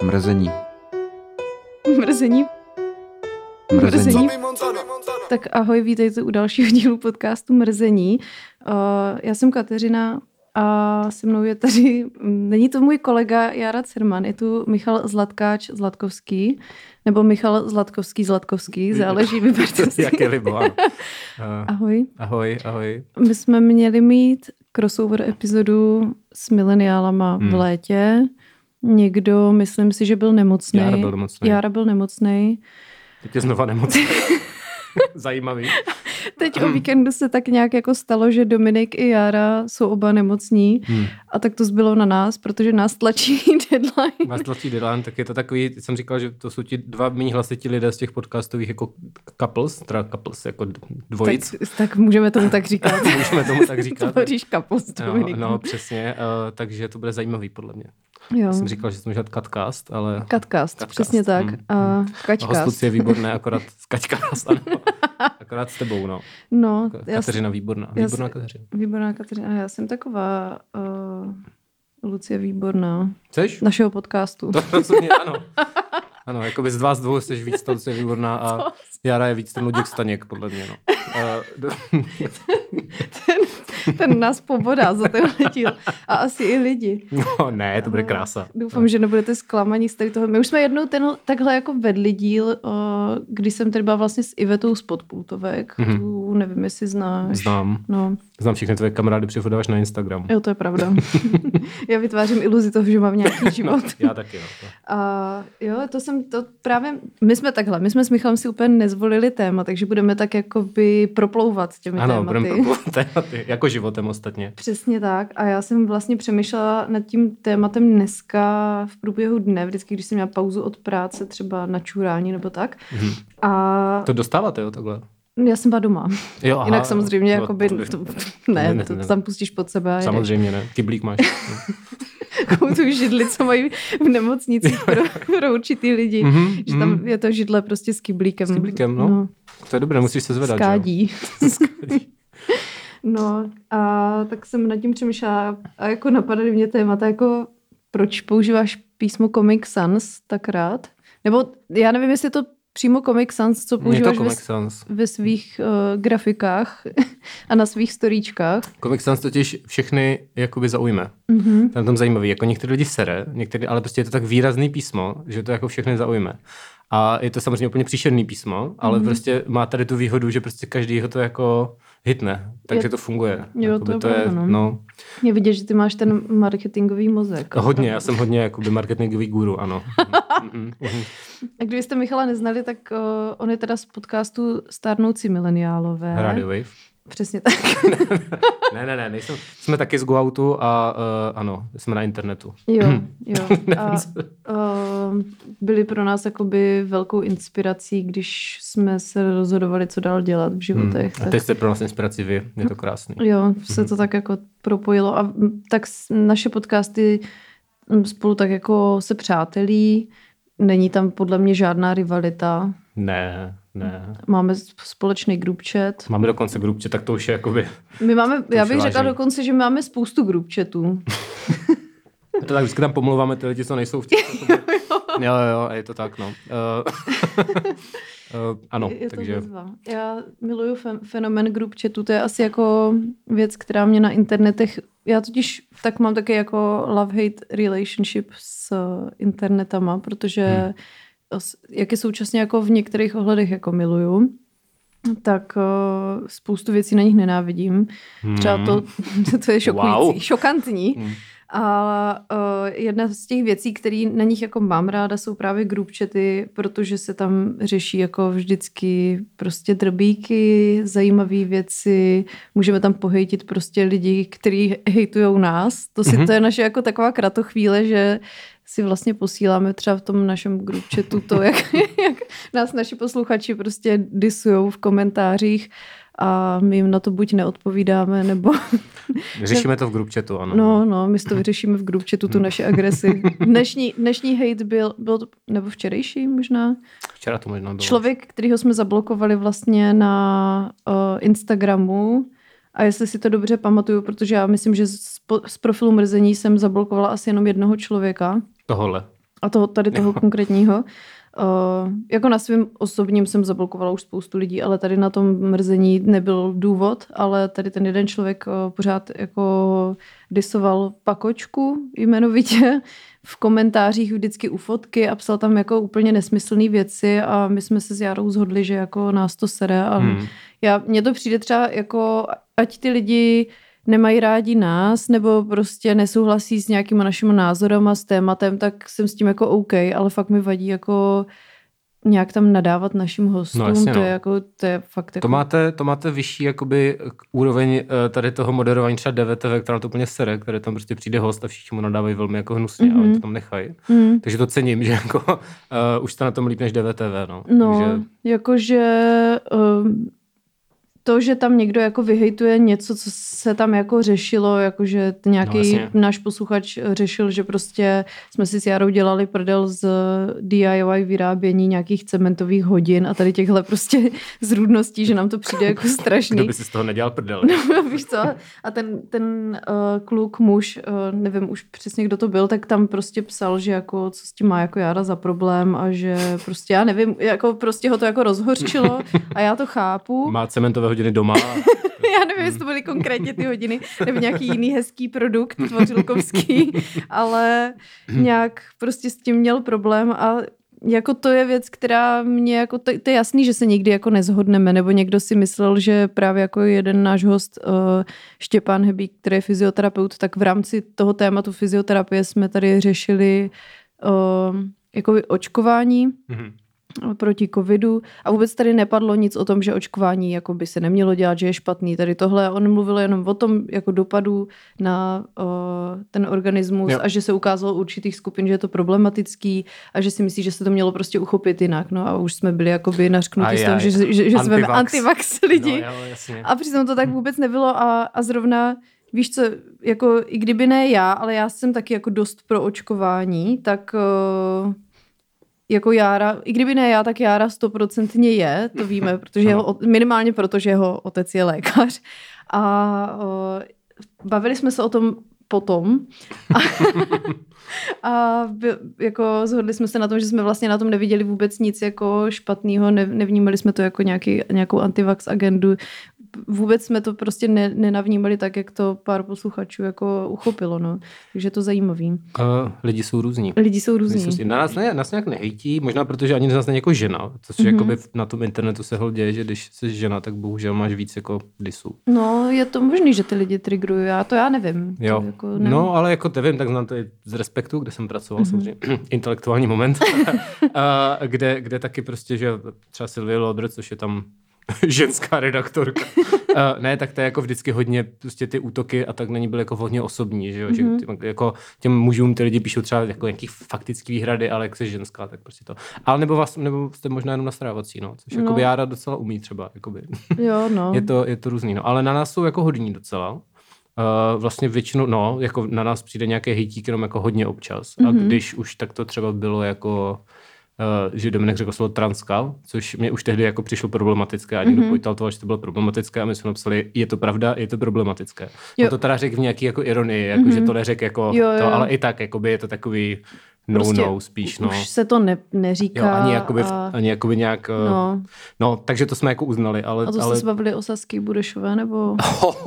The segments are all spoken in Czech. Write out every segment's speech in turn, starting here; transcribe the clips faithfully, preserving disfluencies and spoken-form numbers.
Mrzení. Mrzení. Mrzení. Mrzení. Tak ahoj, vítejte u dalšího dílu podcastu Mrzení. Uh, já jsem Kateřina a se mnou je tady, není to můj kolega Jára Cerman, je tu Michal Zlatkáč Zlatkovský, nebo Michal Zlatkovský Zlatkovský, záleží, vyberte si. Jak je libo, ano. Uh, ahoj. Ahoj, ahoj. My jsme měli mít crossover epizodu s mileniálama hmm. v létě. Někdo, myslím si, že byl nemocný. Jára byl nemocný. Jára byl nemocný. Teď je znova nemocný. Zajímavý. Teď o víkendu se tak nějak jako stalo, že Dominik i Jára jsou oba nemocní hmm. a tak to zbylo na nás, protože nás tlačí deadline. Nás tlačí deadline, tak je to takový, teď jsem říkal, že to jsou ti dva méně hlasití lidé z těch podcastových jako couples, teda couples jako dvojic. Tak, tak můžeme tomu tak říkat. můžeme tomu tak říkat. Tvoříš couples, Dominiku. No, no, přesně, uh, takže to bude zajímavý podle mě. Jo. Já jsem říkal, že jsem dělat Catcast, ale... Catcast, Catcast. Přesně tak. Mm. A Kaťcast. Hostluc je výborné, akorát Kaťcast, ano. Akorát s tebou, no. No. Kateřina výborná. Výborná Kateřina. Výborná Kateřina. Já jsem taková uh, Lucie Výborná. Chceš? Našeho podcastu. To rozumně, ano. Ano, jako by z vás dvou jsi víc ta Lucie Výborná a Jára je víc ten Luděk Staněk, podle mě, no. Uh, ten, ten nás pobodá za tenhle díl. A asi i lidi. No ne, to bude krása. Doufám, no. že nebudete zklamaní z tady toho. My už jsme jednou ten, takhle jako vedli díl, kdy jsem tady byla vlastně s Ivetou z Podpultovek. Mm-hmm. Tu nevím, jestli znáš. Znám. No. Znám všechny tvoje kamarády, přifodáváš na Instagram. Jo, to je pravda. Já vytvářím iluzi toho, že mám nějaký život. No, já taky, no. A jo, to jsem to právě, my jsme takhle, my jsme s Michalem si úplně nezvolili téma, takže budeme tak jakoby proplouvat těmi ano, tématy. Ano, budeme proplouvat tématy, jako životem ostatně. Přesně tak. A já jsem vlastně přemýšlela nad tím tématem dneska v průběhu dne, vždycky, když jsem měla pauzu od práce, třeba na čurání nebo tak. Mhm. A to dostáváte, jo, takhle? Já jsem byla doma. Jo, aha, Jinak samozřejmě, no, jakoby, to, to, ne, ne, to ne, ne. tam pustíš pod sebe. Samozřejmě ne, kyblík máš. Takovou tu židli, co mají v nemocnicích pro, pro určitý lidi. Mm-hmm, že tam mm. je to židle prostě s kyblíkem. S kyblíkem, no. no. To je dobré, musíš se zvedat. Skádí. Skádí. No a tak jsem nad tím přemýšlela a jako napadaly mě témata, jako proč používáš písmo Comic Sans tak rád? Nebo já nevím, jestli je to přímo Comic Sans, co používáš ve, ve svých uh, grafikách a na svých storíčkách. Comic Sans totiž všechny jakoby zaujme. Mm-hmm. Tam tom zajímavý. Jako některý lidi sere, některý, ale prostě je to tak výrazný písmo, že to jako všechny zaujme. A je to samozřejmě úplně příšerný písmo, ale mm-hmm. prostě má tady tu výhodu, že prostě každý ho to jako hitne. Takže je, to funguje. Jo, jakoby to, to je, je, no. no. Je vidět, že ty máš ten marketingový mozek. Hodně, já jsem hodně jakoby marketingový guru, ano. A kdybyste Michala neznali, tak uh, on je teda z podcastu Stárnoucí mileniálové. Radio Wave. Přesně tak. ne, ne, ne, nejsem. Jsme taky z GoOutu a uh, ano, jsme na internetu. Jo, jo. A uh, byli pro nás jakoby velkou inspirací, když jsme se rozhodovali, co dál dělat v životech. Hmm. A teď jste pro nás inspiraci vy, je to krásný. Jo, se to tak jako propojilo a tak naše podcasty spolu tak jako se přátelí. Není tam podle mě žádná rivalita. Ne, ne. Máme společný group chat. Máme dokonce group chat, tak to už je jakoby... My máme, já bych řekla dokonce, že máme spoustu group chatů. To tak vždycky tam pomluváme ty lidi, co nejsou v těch... jo, jo, jo, je to tak, no. Uh, uh, ano, je to takže... výzva. Já miluju fenomén group chatu, to je asi jako věc, která mě na internetech... Já totiž tak mám také jako love-hate relationship s internetama, protože hmm. jak je současně jako v některých ohledech jako miluju, tak uh, spoustu věcí na nich nenávidím. Hmm. Třeba to, to je šokující, wow. šokantní. Hmm. A uh, jedna z těch věcí, které na nich jako mám ráda, jsou právě group chaty, protože se tam řeší jako vždycky prostě drbíky, zajímavé věci, můžeme tam pohejtit prostě lidi, kteří hejtujou nás. To, si, mm-hmm. to je naše jako taková kratochvíle, že si vlastně posíláme třeba v tom našem group chatu to, jak, jak nás naši posluchači prostě disujou v komentářích a my jim na to buď neodpovídáme, nebo... Řešíme to v group chatu, ano. No, no, my to vyřešíme v group chatu, tu naši agresi. Dnešní, dnešní hate byl, byl to, nebo včerejší možná? Včera to možná bylo. Člověk, kterýho jsme zablokovali vlastně na uh, Instagramu, a jestli si to dobře pamatuju, protože já myslím, že z, z profilu Mrzení jsem zablokovala asi jenom jednoho člověka. Tohle. a toho, tady toho konkrétního. Uh, jako na svém osobním jsem zablokovala už spoustu lidí, ale tady na tom mrzení nebyl důvod, ale tady ten jeden člověk uh, pořád jako disoval Pakočku jmenovitě v komentářích vždycky u fotky a psal tam jako úplně nesmyslné věci a my jsme se s Járou shodli, že jako nás to sere a hmm. já, mně to přijde třeba jako, ať ty lidi nemají rádi nás, nebo prostě nesouhlasí s nějakýma našimi názorama, s tématem, tak jsem s tím jako OK, ale fakt mi vadí jako nějak tam nadávat našim hostům, no, jasně, to, je no. jako, to je fakt jako... To máte, to máte vyšší jakoby úroveň tady toho moderování třeba D V T V, která to úplně sere, které tam prostě přijde host a všichni mu nadávají velmi jako hnusně mm-hmm. a oni to tam nechají. Mm. Takže to cením, že jako uh, už jste na tom líp než D V T V, no. No, Takže... jakože... Um... To, že tam někdo jako vyhejtuje něco, co se tam jako řešilo, jakože nějaký no, náš posluchač řešil, že prostě jsme si s Járou dělali prdel z D I Y vyrábění nějakých cementových hodin a tady těchhle prostě zrůdností, že nám to přijde jako strašný. Kdo by si z toho nedělal prdel? No, víš co? A ten, ten uh, kluk, muž, uh, nevím už přesně, kdo to byl, tak tam prostě psal, že jako co s tím má jako Jára za problém a že prostě já nevím, jako prostě ho to jako rozhořčilo a já to chápu. Má cementové hodiny doma. Já nevím, jestli to byly konkrétně ty hodiny, nebo nějaký jiný hezký produkt tvořilkovský, ale nějak prostě s tím měl problém a jako to je věc, která mě jako, to, to je jasný, že se nikdy jako nezhodneme, nebo někdo si myslel, že právě jako jeden náš host uh, Štěpán Hebík, který je fyzioterapeut, tak v rámci toho tématu fyzioterapie jsme tady řešili uh, jako očkování. Mm-hmm. proti covidu a vůbec tady nepadlo nic o tom, že očkování jako by se nemělo dělat, že je špatný. Tady tohle, on mluvil jenom o tom jako dopadu na uh, ten organismus jo. a že se ukázalo u určitých skupin, že je to problematický a že si myslí, že se to mělo prostě uchopit jinak. No a už jsme byli jakoby nařknutí z toho, že, že, že jsme antivax lidi. No, jo, a přitom to tak vůbec nebylo a, a zrovna víš co, jako i kdyby ne já, ale já jsem taky jako dost pro očkování, tak uh, jako Jára, i kdyby ne já, tak Jára stoprocentně je, to víme, protože jeho, minimálně proto, že jeho otec je lékař. A o, bavili jsme se o tom potom a, a jako zhodli jsme se na tom, že jsme vlastně na tom neviděli vůbec nic jako špatného, ne, nevnímali jsme to jako nějaký, nějakou antivax agendu. Vůbec jsme to prostě ne, nenavnímali tak, jak to pár posluchačů jako uchopilo, no. Takže je to zajímavý. Uh, lidi jsou různí. Lidi jsou různí. Lidi jsou, na nás, ne, nás nějak nehejtí, možná protože ani z nás není jako žena, což mm-hmm. jakoby na tom internetu se hol děje, že když jsi žena, tak bohužel máš víc jako disů. No, je to možný, že ty lidi triggerují, já to já nevím. Jo. To jako nevím. No, ale jako nevím, tak znám to i z Respektu, kde jsem pracoval, mm-hmm. samozřejmě intelektuální moment, a, kde, kde taky prostě, že třeba Sylvie Lauder, což je tam ženská redaktorka. uh, ne, tak to je jako vždycky hodně, prostě ty útoky a tak na ní byly jako hodně osobní, že jo, mm-hmm. že ty, jako těm mužům ty lidi píšou třeba jako nějaký faktický výhrady, ale jak jsi ženská, tak prostě to. Ale nebo vás, nebo jste možná jenom nastrávací, no, což no. jakoby Jára docela umí třeba, jakoby. Jo, no. je to, je to různý, no, ale na nás jsou jako hodní docela. Uh, vlastně většinou, no, jako na nás přijde nějaké hejtík jenom jako hodně občas. Mm-hmm. A když už tak to třeba bylo jako Uh, že Dominik řekl slovo transka, což mě už tehdy jako přišlo problematické a někdo mm-hmm. pojtal, že to bylo problematické a my jsme napsali, je to pravda, je to problematické. On to teda řekl v nějaký jako ironii, jako, mm-hmm. že to neřekl jako jo, jo. to, ale i tak jakoby je to takový no prostě no spíš, no. Už se to ne, neříká. Jo, ani jakoby, a... ani jakoby nějak, no. no, takže to jsme jako uznali, ale... A to ale... jste se bavili o Sasky Budešové, nebo...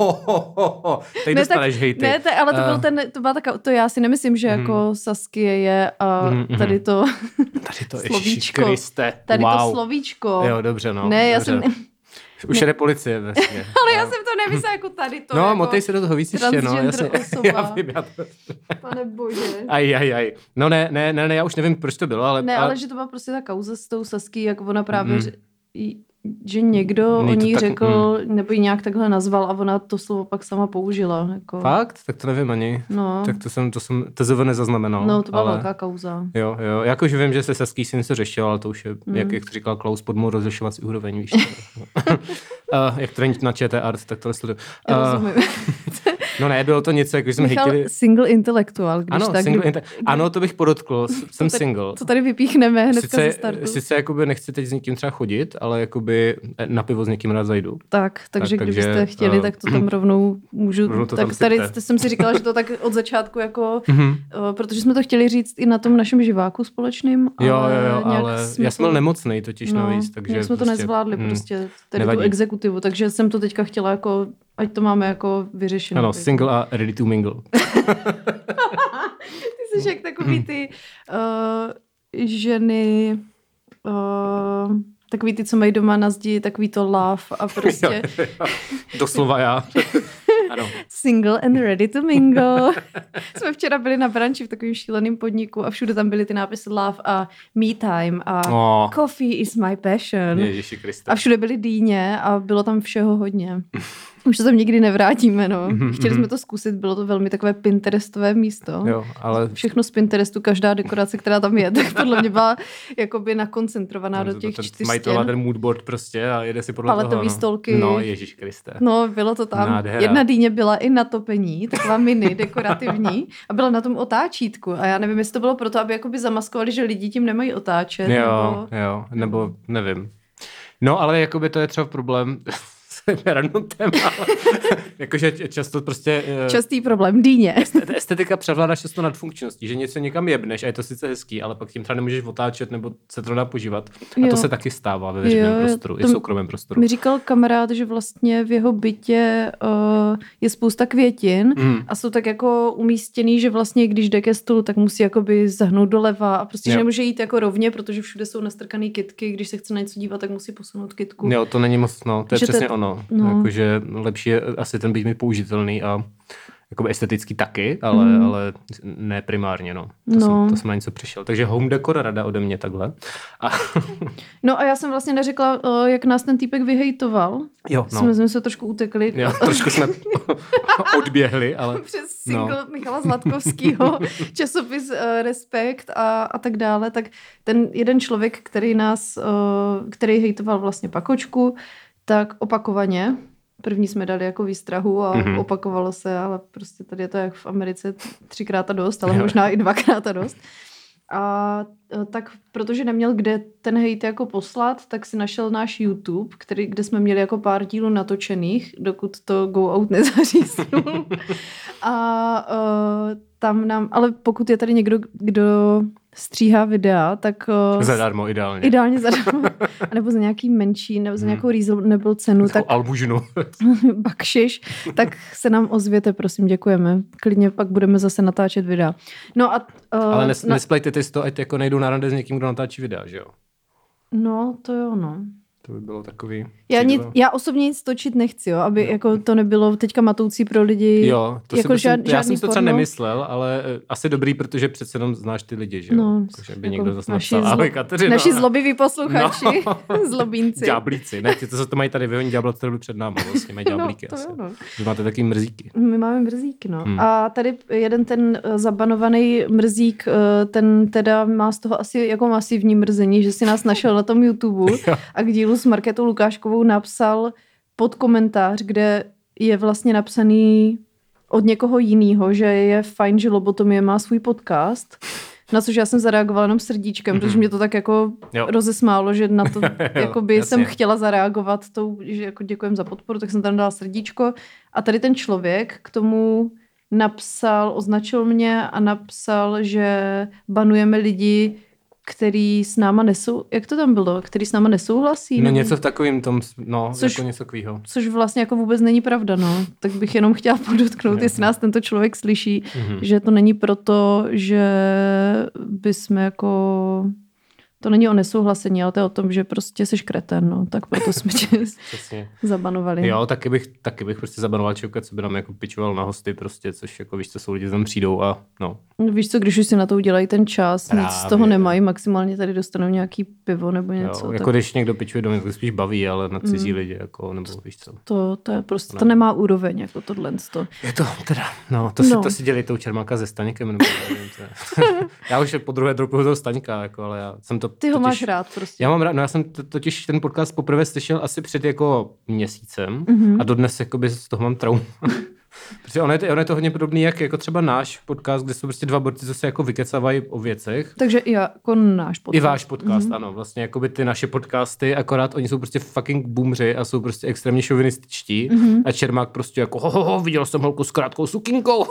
Teď ne, dostaneš tak, hejty. Ne, tak, ale to byl uh... ten, to byla taká, to já si nemyslím, že mm. jako Sasky je a mm, tady to... tady to, slovíčko. Kriste, tady wow. to slovíčko. Jo, dobře, no. Ne, já dobře. jsem... Už jede policie vlastně. Ale já jsem to nemyslela jako tady to. No, jako motej se do toho víc ještě, no. Jasně. Já vím, já to... Pane bože. Aj, aj, aj. No ne, ne, ne, ne, já už nevím, proč to bylo, ale... Ne, ale, ale že to byla prostě ta kauza s tou Sasky, jak ona právě... Mm. že někdo Nej, o ní tak, řekl, mm. nebo ji nějak takhle nazval a ona to slovo pak sama použila. Jako. Fakt? Tak to nevím ani. No. Tak to jsem, to jsem tezové nezaznamenal. No, to byla ale... velká kauza. Jo, jo. Jakože vím, že se Saský syn se řešil, ale to už je, mm. jak, jak to říkal Klaus, pod mou rozlišovací úroveň, víš. uh, jak to není na ČT Art, tak to nesleduju. Uh, Rozumím. No ne, bylo to něco, jako jsme Michal, chtěli... single intelektuál, když ano, tak. Single inte... Ano, to bych podotkl, jsem to tady, single. To tady vypíchneme hnedka sice, ze startu. Sice jakoby nechci teď s někým třeba chodit, ale jakoby na pivo s někým rád zajdu. Tak, takže tak, kdybyste takže, chtěli, uh, tak to tam rovnou můžu. Rovnou to tak tady jsem si říkala, že to tak od začátku jako, uh, protože jsme to chtěli říct i na tom našem živáku společným. Jo, jo, jo, ale já jsem byl to... nemocnej totiž no, navíc, takže jak jsme prostě, to nezvládli hmm, prostě, tady nevadí. tu exekutivu, takže jsem to teďka chtěla jako, ať to máme jako vyřešené. Ano, single a ready to mingle. Ty jsi jak takový ty uh, ženy, uh, takový ty, co mají doma na zdi, takový to love a prostě... jo, jo. Doslova já. Ano. Single and ready to mingle. Jsme včera byli na branči v takovém šíleném podniku a všude tam byly ty nápisy love a me time a oh. coffee is my passion. Ježiši Kriste. A všude byly dýně a bylo tam všeho hodně. Už se tam nikdy nevrátíme, no. Chtěli jsme to zkusit, bylo to velmi takové Pinterestové místo. Jo, ale... Všechno z Pinterestu, každá dekorace, která tam je, tak podle mě byla jakoby nakoncentrovaná no, do těch čtyř Mají to ten moodboard prostě a jede si podle paletový toho. No. stolky. No, Ježíš Kriste. No, bylo to tam. Nádhera. Jedna dýně byla i na topení, taková mini, dekorativní a byla na tom otáčítku. A já nevím, jestli to bylo proto, aby jakoby zamaskovali, že lidi tím nemají otáčet. Jo, nebo... jo, nebo nevím. No, ale jakoby to je třeba problém... random téma. Jakože často prostě... Častý problém, dýně. Estetika převládá často nad funkčností, že něco někam jebneš a je to sice hezký, ale pak tím třeba nemůžeš otáčet nebo se to dá požívat. A jo. to se taky stává ve veřejném jo, prostoru, i v soukromém prostoru. Mi říkal kamarád, že vlastně v jeho bytě uh, je spousta květin mm. a jsou tak jako umístěný, že vlastně když jde ke stolu, tak musí jakoby zahnout doleva a prostě, jo. že nemůže jít jako rovně, protože všude jsou nastrkaný kytky, když se chce na něco dívat, tak musí posunout kytku. Jo, to není moc, no, to je že přesně te... ono. No. Jakože lepší je asi ten být mít použitelný a jakoby esteticky taky, ale, mm. ale ne primárně, no. To, no. Jsem, to jsem na něco přišel. Takže home decor rada ode mě takhle. A... no a já jsem vlastně neřekla, jak nás ten týpek vyhejtoval. Jo, no. Jsme, jsme se trošku utekli. Jo, trošku jsme odběhli, ale... Přes single no. Michala Zlatkovskýho, časopis uh, Respekt a, a tak dále. Tak ten jeden člověk, který nás, uh, který hejtoval vlastně Pakočku, tak opakovaně. První jsme dali jako výstrahu a mm-hmm. opakovalo se, ale prostě tady je to jak v Americe třikrát a dost, ale možná i dvakrát a dost. A tak protože neměl kde ten hejt jako poslat, tak si našel náš YouTube, který, kde jsme měli jako pár dílů natočených, dokud to Go Out nezaříznul. A uh, tam nám, ale pokud je tady někdo, kdo stříhá videa, tak... Uh, zadarmo, ideálně. Ideálně zadarmo. A nebo za nějaký menší, nebo za nějakou reasonable cenu. Tak albužnu. bakšiš, tak se nám ozvěte, prosím, děkujeme. Klidně pak budeme zase natáčet videa. No a... Uh, ale nes, na... nesplejte si to, ať jako nejdou na rande s někým, kdo natáčí videa, že jo? No, to jo, no. To by bylo takový... Já, nic, já osobně nic točit nechci, jo, aby jo. Jako to nebylo teďka matoucí pro lidi. Jo, to jako si žád, myslím, já jsem to třeba nemyslel, ale asi dobrý, protože přece jenom znáš ty lidi, že jo? No, takže by jako někdo zase naši, napsal, zlo, ahoj Kateřino. naši zlobiví posluchači, no. Zlobínci. Ďáblíci, ne, ty to, to mají tady vyhoní ďábla, to byli před námi, vlastně mají ďáblíky no, asi. Jo, no. Vy máte taky mrzíky. My máme mrzíky, no. Hmm. A tady jeden ten zabanovaný mrzík, ten teda má z toho asi jako masivní mrzení, že si nás našel na tom YouTube a k dílu s Markétou Lukáškovou napsal pod komentář, kde je vlastně napsaný od někoho jiného, že je fajn, že Lobotomie má svůj podcast, na což já jsem zareagovala jenom srdíčkem, mm-hmm. protože mě to tak jako jo. rozesmálo, že na to jakoby jo, jsem chtěla zareagovat, tou, že jako děkujem za podporu, tak jsem tam dala srdíčko a tady ten člověk k tomu napsal, označil mě a napsal, že banujeme lidi, který s náma nesou, jak to tam bylo, který s náma nesouhlasí? No nebo? něco v takovým tom, no, což, jako něco takového. Což vlastně jako vůbec není pravda, no. Tak bych jenom chtěla podotknout, ne, jestli nás tento člověk slyší, mm-hmm. že to není proto, že bychom jako... To není o nesouhlasení, ale to je o tom, že prostě jsi kreten, no. Tak proto jsme tě zabanovali. Jo, taky bych, taky bych prostě zabanoval člověka, co by nám jako pičoval na hosty prostě, což jako víš, co jsou lidi, tam přijdou a no. Víš co, když už si na to udělají ten čas, Právě. nic z toho nemají, maximálně tady dostanou nějaký pivo nebo něco. Jo, tak... jako když někdo pičuje doma, to spíš baví, ale na cizí mm. lidi, jako, nebo víš co. To, to je prostě, no. to nemá úroveň, jako tohle. Je to teda, no, to si, no. to si dělej tou Čermáka ze Staňkem, nebo nevím, co já už po druhé dropuju toho Staňka, jako, ale já jsem to Ty ho totiž, máš rád prostě. Já mám rád, no já jsem to, totiž ten podcast poprvé slyšel asi před jako měsícem mm-hmm. a dodnes jakoby z toho mám trauma. Protože ono je, to, ono je to hodně podobný, jak jako třeba náš podcast, kde jsou prostě dva borci, co se jako vykecávají o věcech. Takže i jako náš podcast. I váš podcast, mm-hmm. ano. Vlastně jako by ty naše podcasty, akorát oni jsou prostě fucking boomři a jsou prostě extrémně šovinističtí. Mm-hmm. A Čermák prostě jako ho, ho, ho, viděl jsem holku s krátkou sukinkou.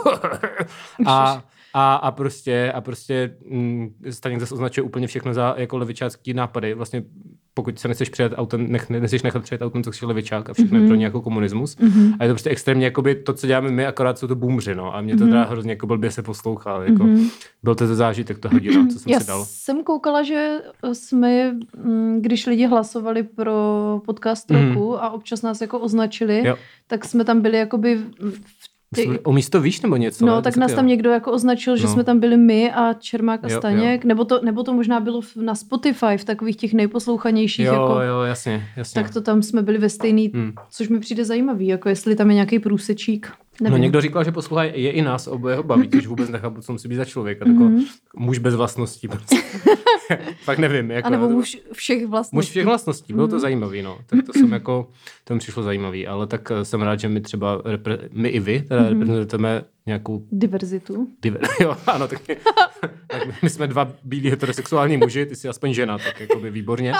a A, a prostě, a prostě mm, Staněk zase označuje úplně všechno za jako levičácký nápady. Vlastně pokud se nechceš přijet autem, nech, nechceš nechat přijet autem, tak jsi levičák a všechno mm-hmm. je pro ně jako komunismus. Mm-hmm. A je to prostě extrémně jakoby to, co děláme my, akorát jsou to boomři, no. A mě to mm-hmm. teda hrozně jako blbě se poslouchá. Jako, mm-hmm. Byl to zážitek, to hodina, co jsem Já si dal. Já jsem koukala, že jsme, když lidi hlasovali pro podcast mm-hmm. roku a občas nás jako označili, jo. tak jsme tam byli jakoby v Ty... O místo víš nebo něco? No, ne? tak nás tam někdo jako označil, že no. jsme tam byli my a Čermák a jo, Staněk, jo. Nebo, to, nebo to možná bylo na Spotify v takových těch nejposlouchanějších. Jo, jako, jo, jasně, jasně. Tak to tam jsme byli ve stejný, hmm. což mi přijde zajímavý, jako jestli tam je nějaký průsečík. Nevím. No někdo říkal, že poslouchá je i nás obojeho baví, což vůbec nechápu, co musí být za člověka. Mm-hmm. Tako muž bez vlastností. Prostě. Fakt nevím. Jako, a nebo muž všech vlastností. Muž všech vlastností, bylo to mm-hmm. zajímavý, no. Tak to jsem jako, to mi přišlo zajímavý, ale tak jsem rád, že my třeba, repre, my i vy, teda mm-hmm. reprezentujeme nějakou... Diverzitu. Diver, jo, ano, tak, tak my jsme dva bílí heterosexuální muži, ty jsi aspoň žena, tak jako by výborně.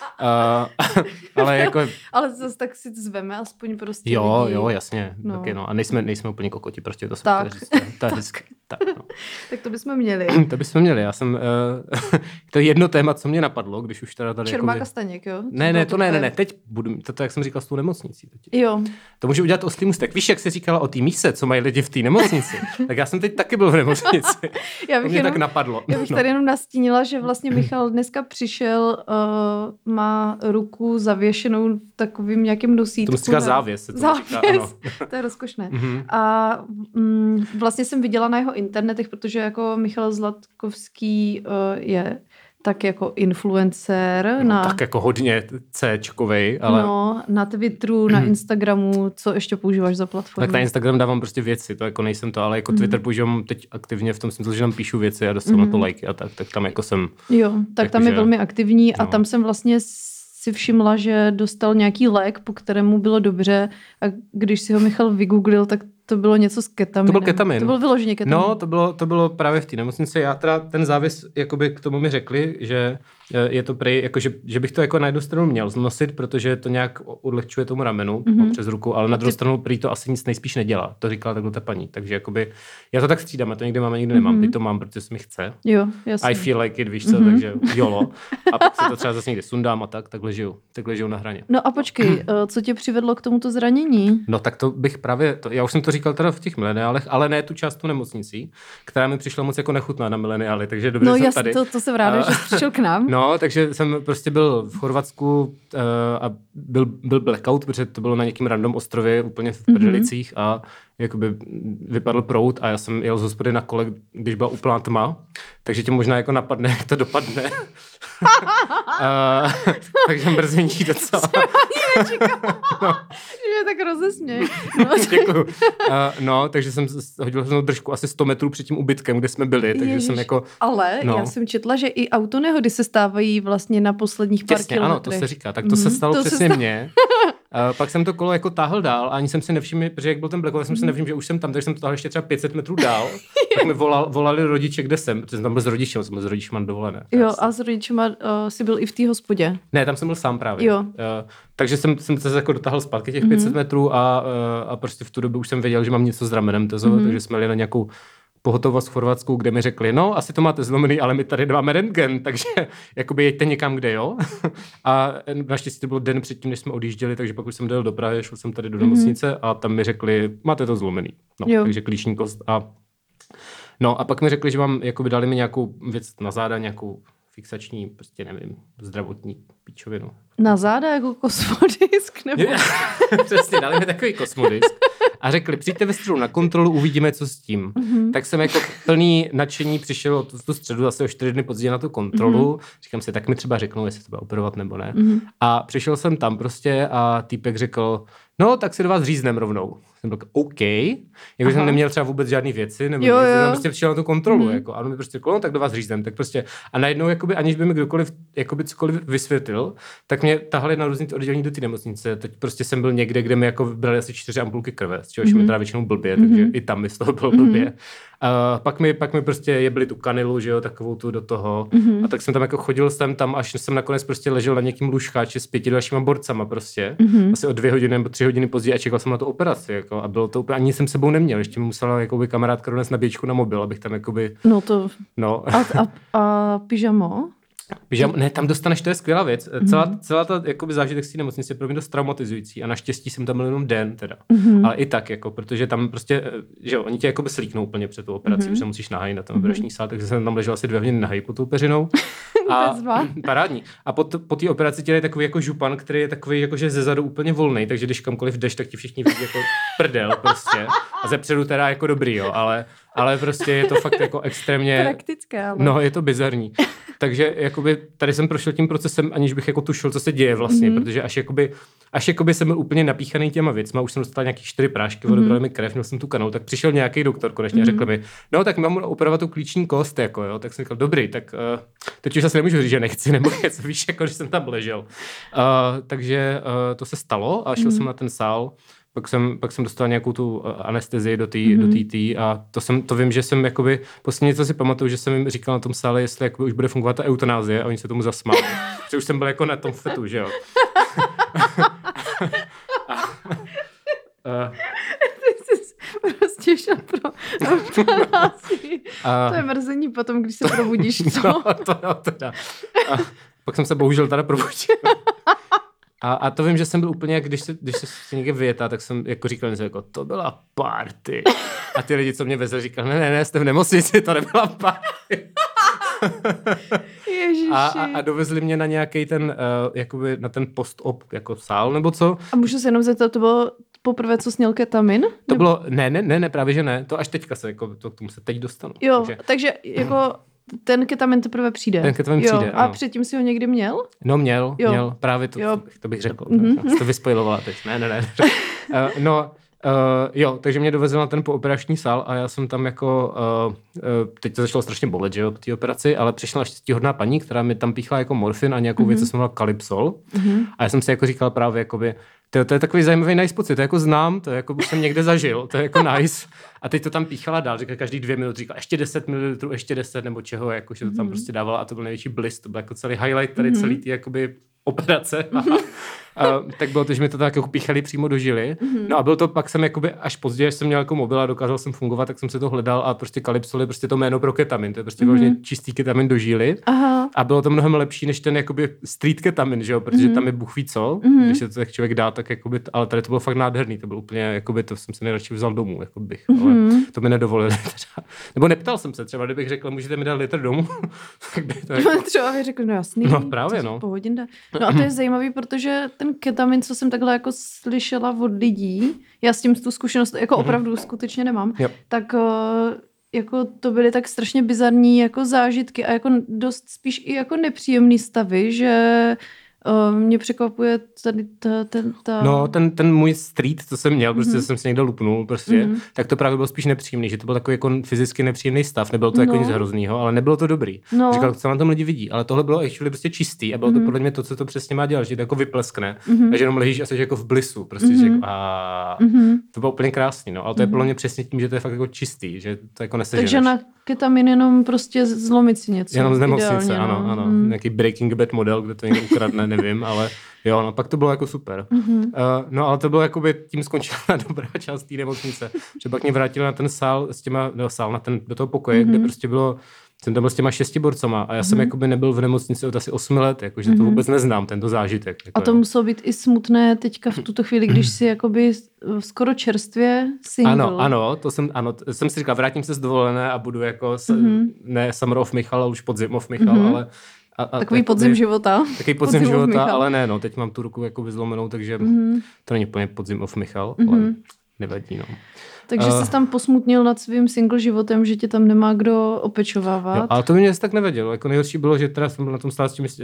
Uh, ale jako... ale zase tak si zveme aspoň prostě jo, lidi. Jo, jasně. No. Taky, no. A nejsme, nejsme úplně kokoti, prostě to tak. se to je hezky. Tak, no. Tak to bychom měli. To bychom měli. Já jsem... Uh, to je jedno téma, co mě napadlo, když už teda tady... Čermák jakoby... a Staněk, jo? Ne, ne, to ne, ne, ne, teď budu... To, to jak jsem říkal, s tou nemocnicí. Teď. Jo. To můžu udělat oslý můstek. Víš, jak jsi říkala o té míse, co mají lidi v té nemocnici? Tak já jsem teď taky byl v nemocnici. Já bych to mě jenom, tak napadlo. Já bych no. tady jenom nastínila, že vlastně Michal dneska přišel, uh, má ruku zavěšenou v takovým nějakým nosítku. To musí říkat závěs. To závěs, říká, ano. To je rozkošné. Mm-hmm. A mm, vlastně jsem viděla na jeho internetech, protože jako Michal Zlatkovský uh, je tak jako influencer. No, na, tak jako hodně C-čkovej, ale... No, na Twitteru, na Instagramu, co ještě používáš za platformu? Tak na Instagram dávám prostě věci, to jako nejsem to, ale jako mm. Twitter používám teď aktivně v tom smyslu, že tam píšu věci a dostanu mm. na to lajky a tak, tak tam jako jsem... Jo, tak jako tam je že... velmi aktivní no. a tam jsem vlastně si všimla, že dostal nějaký lék, po kterému bylo dobře a když si ho Michal vygooglil, tak to bylo něco s ketaminem. To byl ketamin. To bylo vyloženě ketamin. No, to bylo, to bylo právě v té nemocnici. Já teda ten závěs, jakoby k tomu mi řekli, že je to prej, jako, že, že bych to jako na jednu stranu měl znosit, protože to nějak odlehčuje tomu ramenu mm-hmm. přes ruku, ale na druhou stranu prý to asi nic nejspíš nedělá. To říkala takhle ta paní. Takže jakoby, já to tak střídám, a to někdy mám a někdy nemám. Mm-hmm. Teď to mám, protože se mi chce. Jo, jasně. I feel like it, víš co, mm-hmm. takže jolo. A pak se to třeba zase někdy sundám a tak, takhle žiju. Takhle žiju na hraně. No a počkej, co tě přivedlo k tomuto zranění? No tak to bych právě, to, já už jsem to říkal teda v těch mileniálech, ale ne tu část tu nemocnicí, která mi přišla moc jako nechutná na mileniály, takže dobře no, jsem jasný, tady. No to, to jsem ráda, že jsi přišel k nám. No, takže jsem prostě byl v Chorvatsku uh, a byl, byl blackout, protože to bylo na někým random ostrově úplně v Prdelicích mm-hmm. a jakoby vypadl proud a já jsem jel z hospody na kole, když byla úplná tma, takže tě možná jako napadne, jak to dopadne. uh, takže mrzení docela. No. Že tak rozesměj. No. Děkuju. Uh, no, takže jsem hodil jsem držku asi sto metrů před tím ubytkem, kde jsme byli, takže Ježiš, jsem jako... Ale no. já jsem četla, že i autonehody se stávají vlastně na posledních pár Těsně, kilometrech. ano, to se říká. Tak to mm-hmm. se stalo to přesně se mně. Uh, pak jsem to kolo jako táhl dál a ani jsem si nevšiml, protože jak byl ten blackout, jsem si nevšiml, že už jsem tam, takže jsem to táhl ještě třeba pět set metrů dál. Tak mi volal, volali rodiče, kde jsem, protože jsem tam byl s rodičem, jsem byl s rodičem na dovolené. Jo, a s rodičema uh, jsi byl i v té hospodě. Ne, tam jsem byl sám právě. Jo. Uh, takže jsem, jsem se jako dotáhl zpátky těch mm-hmm. pět set metrů a, uh, a prostě v tu dobu už jsem věděl, že mám něco s ramenem, tezo, mm-hmm. takže jsme jeli na nějakou pohotovost v Chorvatsku, kde mi řekli, no, asi to máte zlomený, ale my tady máme rentgen, takže jakoby jeďte někam, kde, jo. A naštěstí to bylo den předtím, než jsme odjížděli, takže pak už jsem dojel do Prahy, šel jsem tady do nemocnice mm-hmm. a tam mi řekli, máte to zlomený. No, takže klíční kost a no a pak mi řekli, že mám, jakoby dali mi nějakou věc na záda, nějakou fixační, prostě nevím, zdravotní píčovinu. Na záda jako kosmodisk? Nebo... Přesně, dali mi takový kosmodisk. A řekli, přijďte ve středu na kontrolu, uvidíme, co s tím. Mm-hmm. Tak jsem jako plný nadšení přišel tu, tu středu asi o čtyři dny později na tu kontrolu. Mm-hmm. Říkám si, tak mi třeba řeknou, jestli to bude operovat nebo ne. Mm-hmm. A přišel jsem tam prostě a týpek řekl, no tak si do vás říznem rovnou. Jsem byl OK, jako jsem neměl třeba vůbec žádný věci, nebo jo, nic, jo. jsem prostě přišel na tu kontrolu, Mm. jako, a on mi prostě řekl, no tak do vás řízem, tak prostě, a najednou, jakoby, aniž by mi kdokoliv, jakoby cokoliv vysvětlil, tak mě tahali na různý oddělení do té nemocnice, teď prostě jsem byl někde, kde mi jako vybrali asi čtyři ampulky krve, z čehož mm. mi teda většinou blbě, Mm. takže i tam mi z toho bylo blbě. Mm. A pak mi, pak mi prostě jebli tu kanilu, že jo, takovou tu do toho. Mm-hmm. A tak jsem tam jako chodil jsem tam, až jsem nakonec prostě ležel na někým lůžkáči s pěti dalšíma borcama prostě. Mm-hmm. Asi o dvě hodiny nebo tři hodiny později a čekal jsem na tu operaci, jako. A bylo to úplně, ani jsem sebou neměl, ještě mi musela jakoby kamarádka donést nabíječku na mobil, abych tam jakoby... No to... No. A, a, a pyžamo? Pyžam, ne, tam dostaneš, to je skvělá věc. Celá, mm-hmm. celá ta jakoby, zážitek z té nemocnice je pro mě dost traumatizující a naštěstí jsem tam byl jenom den teda. Mm-hmm. Ale i tak, jako, protože tam prostě, že jo, oni tě jakoby slíknou úplně před tu operaci, mm-hmm. protože musíš nahaj na tom operační mm-hmm. sál, takže jsem tam ležel asi dvě hodiny nahaj pod tou peřinou. A parádní. A po, po té operaci tě je takový jako župan, který je takový jakože ze zadu úplně volný, takže když kamkoliv jdeš, tak ti všichni vidí jako prdel prostě. A zepředu teda jako dobrý, jo, ale, ale prostě je to fakt jako extrémně... Praktické, ale... No, je to bizarní. Takže jakoby tady jsem prošel tím procesem, aniž bych jako tušil, co se děje vlastně, mm-hmm. protože až jakoby, až jakoby jsem byl úplně napíchaný těma věcma, už jsem dostal nějaký čtyři prášky, mm-hmm. odebrali mi krev, měl jsem tu kanál, tak přišel nějaký doktor konečně mm-hmm. a řekl mi, no tak mám operovat tu klíční kost, jako jo, tak jsem říkal, dobrý, tak uh, teď už asi nemůžu říct, že nechci, nebo něco, víš, jako když jsem tam ležel. Uh, takže uh, to se stalo a šel mm-hmm. jsem na ten sál. Pak jsem, pak jsem dostal nějakou tu anestezii do té mm-hmm. do té tý a to, jsem, to vím, že jsem jakoby, posledně co si pamatuju, že jsem jim říkal na tom sále, jestli jakoby už bude fungovat ta eutanázie a oni se tomu zasmáli. Protože už jsem byl jako na tom fetu, že jo. a, a, Ty jsi prostě šel pro eutanázii. To je mrzení potom, když se probudíš, co? No, to jo, teda. A pak jsem se bohužel teda probudil. A, a to vím, že jsem byl úplně, když se, když se někde vyjetá, tak jsem jako říkal něco jako, to byla party. A ty lidi, co mě vezli, říkali, ne, ne, ne, jste v nemocnici, to nebyla party. Ježiši. A, a, a dovezli mě na nějaký ten, uh, jakoby na ten post-op jako sál, nebo co? A můžu se jenom zeptat, to bylo poprvé, co sněl ketamin? To nebo... bylo, ne, ne, ne, ne, právě že ne, to až teďka se, jako, to, k tomu se teď dostanu. Jo, takže, takže jako... Ten ketamin teprve přijde. Ten ketamin jo. přijde, A ano. předtím si ho někdy měl? No měl, jo. měl, právě to, jo. to bych řekl. Mm-hmm. Jsi to vyspojilovala teď. Ne, ne, ne. uh, no, uh, jo, takže mě dovezl na ten pooperační sál a já jsem tam jako, uh, uh, teď to začalo strašně bolet, že jo, po té operaci, ale přišla naštěstíhodná paní, která mi tam píchla jako morfin a nějakou mm-hmm. věc, co se jmenovala Calypsol. Mm-hmm. A já jsem si jako říkal právě, jakoby, to, to je takový zajímavý nice pocit, to jako znám, to je jako už jsem někde zažil, to je jako nice. A teď to tam píchala dál, říkala každý dvě minuty, říkala ještě deset mililitrů, ještě deset nebo čeho, jako, že to tam mm-hmm. prostě dávala a to byl největší bliss, to byl jako celý highlight tady mm-hmm. celý ty jakoby operace. A, a, tak bylo to, že mi to tak jako píchali přímo do žily. Mm-hmm. No a byl to, pak jsem jakoby až později, až jsem měl jako mobil a dokázal jsem fungovat, tak jsem se to hledal a prostě Calypsol je prostě to jméno pro ketamin, to je prostě mm-hmm. čistý ketamin do žíly. Aha. A bylo to mnohem lepší než ten jakoby street ketamin, že jo, protože mm-hmm. tam je bůh ví co, mm-hmm. když se to tak člověk dá, tak jakoby, ale tady to bylo fakt nádherný, to bylo úplně, jakoby to jsem se nejradši vzal domů, jako bych, mm-hmm. ale to mi nedovolili třeba. Nebo neptal jsem se, třeba kdybych řekl, můžete mi dát litr domů, tak by to jako... Třeba bych řekl, no jasný, no, právě, no. Pohodin dá. No a to je zajímavý, protože ten ketamin, co jsem takhle jako slyšela od lidí, já s tím tu zkušenost jako opravdu skutečně nemám, yep. tak jako to byly tak strašně bizarní jako zážitky a jako dost spíš i jako nepříjemný stavy, že Uh, mě překvapuje tady ta, ten, ta... No, ten, ten můj street, co jsem měl, prostě mm-hmm. jsem si někde lupnul, prostě, mm-hmm. tak to právě bylo spíš nepříjemný, že to byl takový jako fyzicky nepříjemný stav, nebylo to no. jako nic hroznýho, ale nebylo to dobrý. No. Říkal, co na tom lidi vidí, ale tohle bylo actually prostě čistý a bylo mm-hmm. to podle mě to, co to přesně má dělat, že to jako vypleskne mm-hmm. a že jenom ležíš a jsi jako v blisu, prostě, mm-hmm. že jako, a mm-hmm. to bylo úplně krásný, no, ale to je podle mě přesně tím, že to je fakt jako čistý, že to jako neseženeš. Takže na ketamin jenom prostě zlomit si něco. Jenom z nemocnice, ideálně, ano, no. ano. Mm. Nějaký Breaking Bad model, kde to někdo ukradne, nevím, ale jo, no pak to bylo jako super. Mm-hmm. Uh, no ale to bylo jakoby, tím skončila dobrá část té nemocnice, že pak mě vrátili na ten sál s těma, no sál na ten, do toho pokoje, mm-hmm. kde prostě bylo, jsem tam byl s těma šesti borcama a já mm-hmm. jsem jakoby nebyl v nemocnici od asi osmi let, jakože mm-hmm. to vůbec neznám, tento zážitek. Jako, a to jo. muselo být i smutné teďka v tuto chvíli, když si jakoby skoro čerstvě single. Ano, ano, to jsem, ano, t- jsem si říkal, vrátím se z dovolené a budu jako, mm-hmm. ne Summer of Michal, ale už podzim of Michal, mm-hmm. ale A, a takový podzim by, života. Takový podzim, podzim života, Michal. Ale ne, no, teď mám tu ruku jako vyzlomenou, takže mm-hmm. to není úplně podzim of Michal, mm-hmm. ale nevadí, no. Takže uh, jsi tam posmutnil nad svým single životem, že tě tam nemá kdo opečovávat. Jo, ale to mě tak nevadilo. Jako nejhorší bylo, že teda jsem byl na tom stále s tím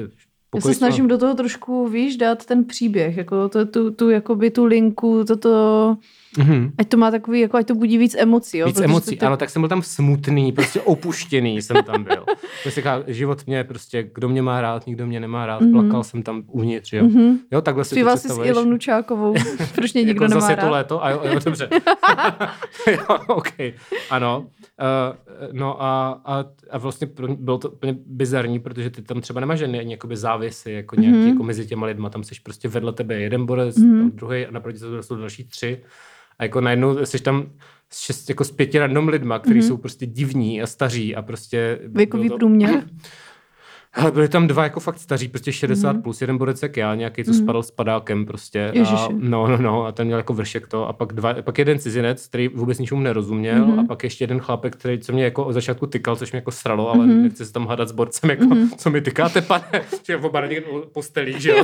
Já se snažím do toho trošku, víš, dát ten příběh, jako to, tu, tu, jakoby tu linku, toto, mm-hmm. ať to má takový, jako ať to budí víc emocí. Jo? Víc emocí, to... ano, tak jsem byl tam smutný, prostě opuštěný jsem tam byl. Prostě život mě prostě, kdo mě má rád, nikdo mě nemá rád, mm-hmm. plakal jsem tam uvnitř, jo. Mm-hmm. Jo, takhle si to představuješ. Zpíval jsi s Ilonu Čákovou, proč mě nikdo jako nemá zase rád. to léto, a jo, jo dobře. Jo, ok, ano. Uh, no a, a, a vlastně bylo to úplně bizarní, protože ty tam třeba nemáš žádný jakoby závěsy, jako nějaký, mm-hmm. jako mezi těma lidma, tam jsi prostě vedle tebe jeden borec, mm-hmm. tam druhý a naproti se jsou další tři a jako najednou jsi tam s, šest, jako s pěti random lidma, kteří mm-hmm. jsou prostě divní a staří a prostě... Věkový to... průměr? Ale byli tam dva jako fakt staří, prostě šedesát mm-hmm. plus, jeden borec jak já, nějaký, co mm-hmm. spadl s padákem prostě. A, no, no, no, a ten měl jako vršek to a pak, dva, pak jeden cizinec, který vůbec ničemu nerozuměl mm-hmm. a pak ještě jeden chlapek, který, co mě jako od začátku tykal, což mě jako sralo, ale mm-hmm. nechci se tam hádat s borcem, jako, mm-hmm. co mi tykáte, pane, že oba na někdo postelí, že jo.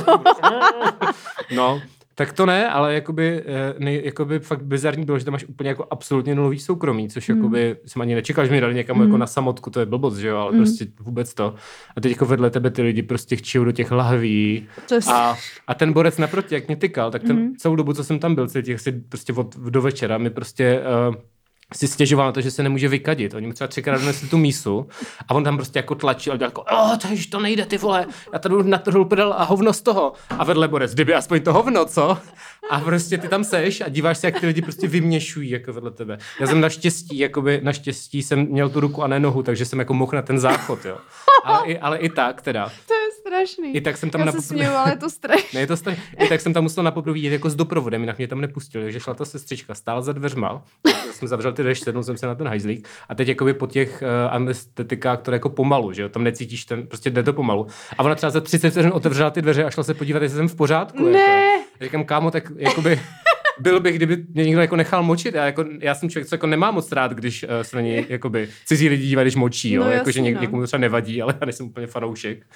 No. Tak to ne, ale jakoby, nej, jakoby fakt bizarní bylo, že tam máš úplně jako absolutně nulový soukromí, což mm. jakoby jsem ani nečekal, že mi dali někam mm. jako na samotku, to je blbost, že jo, ale mm. prostě vůbec to. A teď jako vedle tebe ty lidi prostě chčijou do těch lahví a, a ten borec naproti, jak mě tykal, tak ten mm. celou dobu, co jsem tam byl, celý těch si prostě od, do večera mi prostě... Uh, si stěžoval na to, že se nemůže vykadit. Oni mu třeba třikrát donesli tu mísu a on tam prostě jako tlačil a dělal jako, oh, to, to nejde, ty vole, já tady natrhl pedal a hovno z toho. A vedle borec, kdyby aspoň to hovno, co? A prostě ty tam seš a díváš se, jak ty lidi prostě vyměšují jako vedle tebe. Já jsem naštěstí, jakoby naštěstí jsem měl tu ruku a ne nohu, takže jsem jako mohl na ten záchod, jo. Ale i, ale i tak teda. To je strašný. I tak jsem tam já napopr... se směju, ale je to strašný. Ne, je to strašný. I tak jsem tam musel napoprvé jít jako s doprovodem, jinak mě tam nepustili, takže šla ta sestřička, stála za dveřma, já jsem zavřel ty dveře, sednul jsem se na ten hajzlík a teď jakoby po těch uh, anestetikách, které jako pomalu, že jo, tam necítíš ten, prostě jde to pomalu. A ona třeba za třicet vteřin otevřela ty dveře a šla se podívat, jestli jsem v pořádku. Ne. Jako. Říkám, kámo, tak jakoby... Byl bych, kdyby mě někdo jako nechal močit. Já, jako, já jsem člověk, co jako nemá moc rád, když uh, se na něj jakoby, cizí lidi dívají, když močí. Jo? No, jako, že něk, no. Někomu to třeba nevadí, ale já nejsem úplně fanoušek.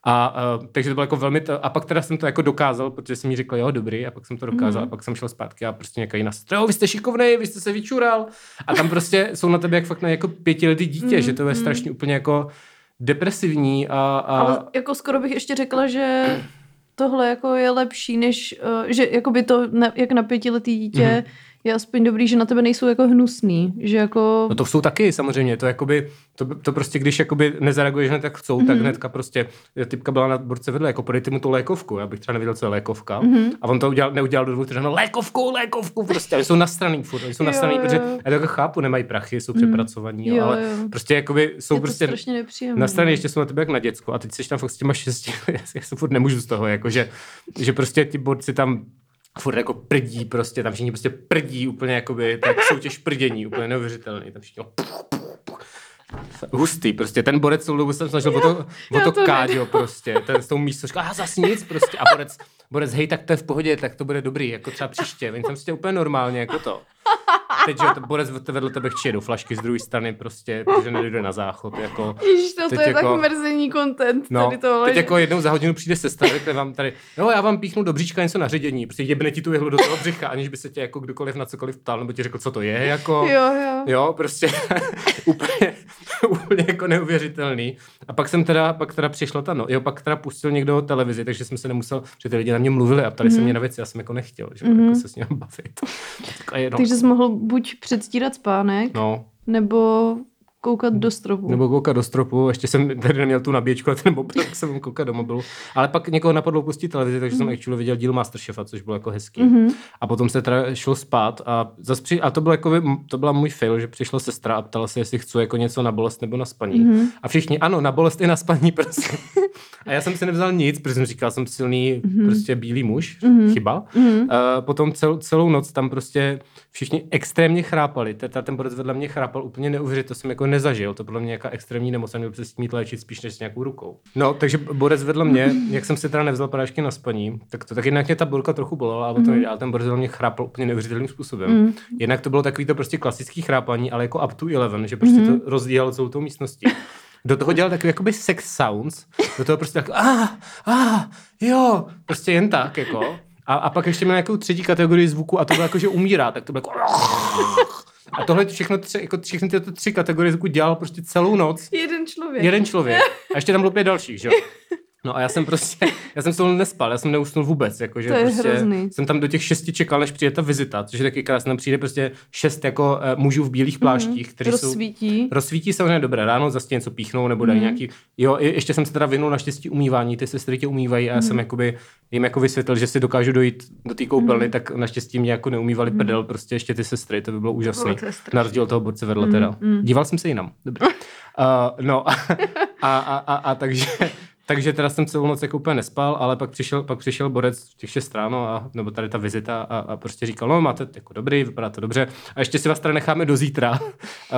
A, uh, takže to bylo jako velmi... To, a pak teda jsem to jako dokázal, protože jsem mi řekl, jo, dobrý, a pak jsem to dokázal. Mm. A pak jsem šel zpátky a prostě nějaká jiná sestra, jo, vy jste šikovnej, vy jste se vyčural. A tam prostě jsou na tebe jak fakt na jako pětiletý dítě, mm. že to je mm. strašně úplně jako depresivní. A, a... Ale jako skoro bych ještě řekla, že... tohle jako je lepší, než, uh, že jakoby to, ne, jak na pětiletý dítě, mm-hmm. je aspoň dobrý, že na tebe nejsou jako hnusný, že jako... No to jsou taky samozřejmě, to jakoby, to, to prostě, když jakoby nezareaguješ hned tak chcou, mm-hmm. tak hnedka prostě, typka byla na borce vedle, jako podejte mu tu lékovku, já bych třeba nevěděl, co je lékovka, mm-hmm. a on to udělal, neudělal do dvou, takže no lékovku, lékovku, prostě, oni jsou nastraný furt, oni jsou nastraný, jo, protože, jo. já to jako chápu, nemají prachy, jsou mm. přepracovaní, jo, ale jo. prostě jakoby jsou je prostě nastraný, ještě jsou na tebe jak na děcko, a teď jsi tam fakt s těma šesti, já se furt nemůžu z toho, jako, že, že prostě ti borci tam furt jako prdí prostě, tam všichni prostě prdí úplně jakoby, tak soutěž prdění, úplně neuvěřitelný, tam všichni puch, puch, puch. Hustý, prostě ten borec celou dobu jsem snažil o to, o to, to káďo prostě, ten s tou místočkou, a zas nic prostě, a borec, borec, hej, tak to je v pohodě, tak to bude dobrý, jako třeba příště, oni tam prostě úplně normálně, jako to. Teď, že to borec vedle tebe chčije do flašky z druhé strany prostě, protože nedojde na záchod, jako. Ježiš, to, to je jako, tak mrzení content no, tady tohle. Teď jako jednou za hodinu přijde sestra, řekne vám tady, jo, já vám píchnu do bříčka něco na ředění, prostě jebne ti tu jehlu do toho břicha, aniž by se tě jako kdokoliv na cokoliv ptal, nebo ti řekl, co to je, jako. Jo, jo. Jo, prostě úplně, úplně jako neuvěřitelný. A pak jsem teda, pak teda přišla ta, no, jo, pak teda pustil někdo televizi, takže jsem se nemusel, že ty lidi na mě mluvili a ptali mm. se mě na věci, já jsem jako nechtěl, že mm. jako se s ním bavit. Tak je, no. Takže jsi mohl buď předstírat spánek, no. nebo koukat do stropu. Nebo koukat do stropu, ještě jsem tady neměl tu nabíječku a ten mobil, tak jsem koukat do mobilu. Ale pak někoho napadlo pustit televizi, takže mm. jsem actually viděl díl Masterchefa, což bylo jako hezký. Mm-hmm. A potom se teda šel spát a zas při, a to bylo jako, to byla můj fail, že přišla sestra a ptala se, jestli chci jako něco na bolest nebo na spaní. Mm-hmm. A všichni, ano, na bolest i na spaní, prostě. A já jsem si nevzal nic, protože jsem říkal, jsem silný mm-hmm. prostě bílý muž, mm-hmm. chyba. Mm-hmm. A potom cel, celou noc tam prostě všichni extrémně chrápali. Teta, ten borec vedle mě chrápal úplně neuvěřitelně, to jsem jako nezažil. To bylo mě nějaká extrémní nemoc a měl se s tím mít léčit spíš než s nějakou rukou. No, takže borec vedle mě, jak jsem si teda nevzal prášky na spaní, tak to tak jinak mě ta burka trochu bolela a potom mm. ale ten borec vedle mě chrápal úplně neuvěřitelným způsobem. Mm. Jinak to bylo takový to prostě klasický chrápání, ale jako up to eleven, že prostě mm. to rozdílalo celou tou místností. Do toho dělal takový jakoby sex sounds, do toho prostě tak ah, ah, jo, prostě jen tak, jako. A, a pak ještě měl nějakou třetí kategorii zvuku a to bylo jako, že umírá, tak to bylo jako a tohle všechno tři, jako všechny tyto tři kategorie zvuku dělal prostě celou noc. Jeden člověk. Jeden člověk. A ještě tam bylo pět dalších, že jo. No a já jsem prostě, já jsem se nespal, já jsem neusnul vůbec, jakože to je prostě hrozný. jsem tam do těch šesti čekal, než přijde ta vizita, což je taky krásné, přijde prostě šest jako uh, mužů v bílých pláštích, mm, kteří rozsvítí. jsou... Rozsvítí samozřejmě dobré, ráno zase něco píchnou nebo dají mm. nějaký, jo, ještě jsem se teda vyhnul naštěstí umývání, ty sestry tě umývají a já mm. jsem jakoby jim jako vysvětlil, že si dokážu dojít do té koupelny, mm. tak naštěstí mě jako neumývali mm. prdel, prostě ještě ty sestry, to by bylo úžasné. Na rozdíl toho borce vedle mm. teda. Mm. Díval jsem se jinam, dobrý. Uh, no a, a, a, a, a takže... Takže teda jsem celou noc jako úplně nespal, ale pak přišel, pak přišel borec v těch šest ráno, a, nebo tady ta vizita a, a prostě říkal, no máte jako dobrý, vypadá to dobře a ještě si vás tady necháme do zítra, uh,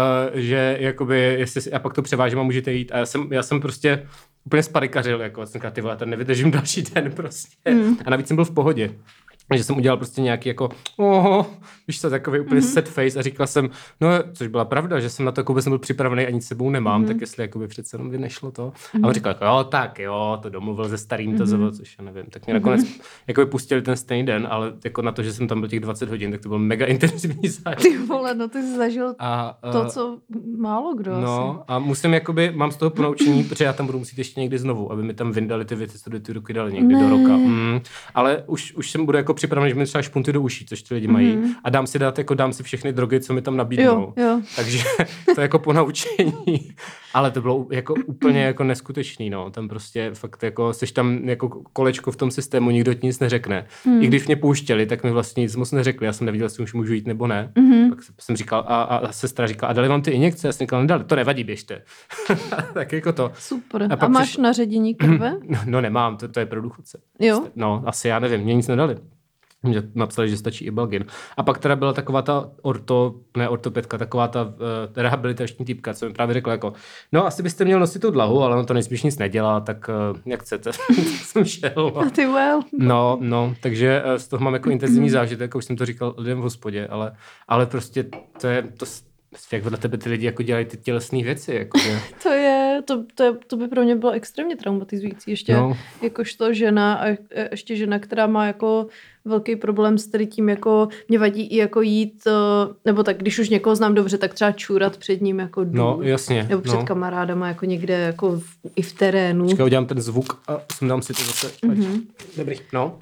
že jakoby, jestli si, a pak to převážím a můžete jít a já jsem, já jsem prostě úplně sparikařil, jako jsem říkal, ty vole, tady nevydržím další den prostě mm. a navíc jsem byl v pohodě. Že jsem udělal prostě nějaký jako, oho, víš co, takový úplně mm-hmm. set face a říkal jsem, no, což byla pravda, že jsem na to jako vůbec nebyl připravený a nic sebou nemám, mm-hmm. tak jestli jakoby přece jenom by nešlo to. Mm-hmm. A on říkal, jako, jo, tak jo, to domluvil se starým to mm-hmm. což já nevím. Tak mě nakonec mm-hmm. jako pustili ten stejný den, ale jako na to, že jsem tam byl těch dvacet hodin, tak to byl mega intenzivní zážitek. Ty vole, no ty jsi zažil a, uh, to, co málo kdo no, asi. A musím jakoby, mám z toho ponaučení, protože já tam budu muset ještě někdy znovu, aby mi tam vyndali ty věci, co do ty ruky dali někdy ne. do roka. Mm. Ale už, už jsem budu jako připravený, že mi třeba špunty do uší, což ty lidi mají. Mm-hmm. A dám si dát, jako dám si všechny drogy, co mi tam nabídnou. Jo, jo. Takže to je jako ponaučení. Ale to bylo jako úplně jako neskutečný, no. Tam prostě fakt jako, seš tam jako kolečko v tom systému, nikdo ti nic neřekne. Mm. I když mě pouštěli, tak mi vlastně nic moc neřekli. Já jsem nevěděl, jestli už můžu jít nebo ne. Mm-hmm. Pak jsem říkal, a, a sestra říkala, a dali vám ty injekce? Já jsem říkal, nedali, to nevadí, běžte. Tak jako to. Super. A, a máš přišlo... na ředění krve? No nemám, to, to je pro důchodce. Jo? No, asi já nevím, mě nic nedali. Mě napsali, že stačí i Balgin. A pak teda byla taková ta orto, ne ortopedka, taková ta uh, rehabilitační týpka, co mi právě řekla jako, no asi byste měl nosit tu dlahu, ale on to nejspíš nic nedělá, tak uh, jak chcete. jsem šel. A ty well. No, no, takže uh, z toho mám jako intenzivní zážitek, už jsem to říkal lidem v hospodě, ale, ale prostě to je, to, jak vedle tebe ty lidi jako dělají ty tělesné věci. Jako, že... to, je, to, to, je, to by pro mě bylo extrémně traumatizující. Ještě no. jakožto žena a ještě žena, která má jako velký problém s tady tím, jako mě vadí i jako jít, nebo tak, když už někoho znám dobře, tak třeba čůrat před ním jako dům. No, jasně. Nebo před no. kamarádama, jako někde jako v, i v terénu. Počkej, udělám ten zvuk a sundám si to zase. Mm-hmm. Dobrý, no.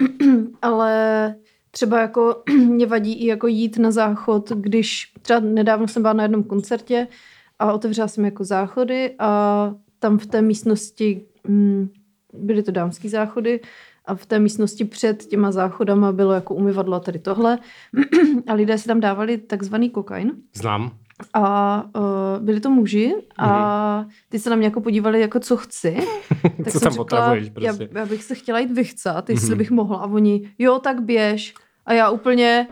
Ale třeba jako mě vadí i jako jít na záchod, když třeba nedávno jsem byla na jednom koncertě a otevřela jsem jako záchody a tam v té místnosti, hm, byly to dámský záchody, a v té místnosti před těma záchodama bylo jako umyvadlo a tady tohle. A lidé si tam dávali takzvaný kokain. Znám. A uh, byli to muži a ty se na mě jako podívali, jako co chci. Tak co jsem tam řekla, prostě? já, já bych se chtěla jít vychcat, jestli mm-hmm. bych mohla. A oni, jo, tak běž. A já úplně...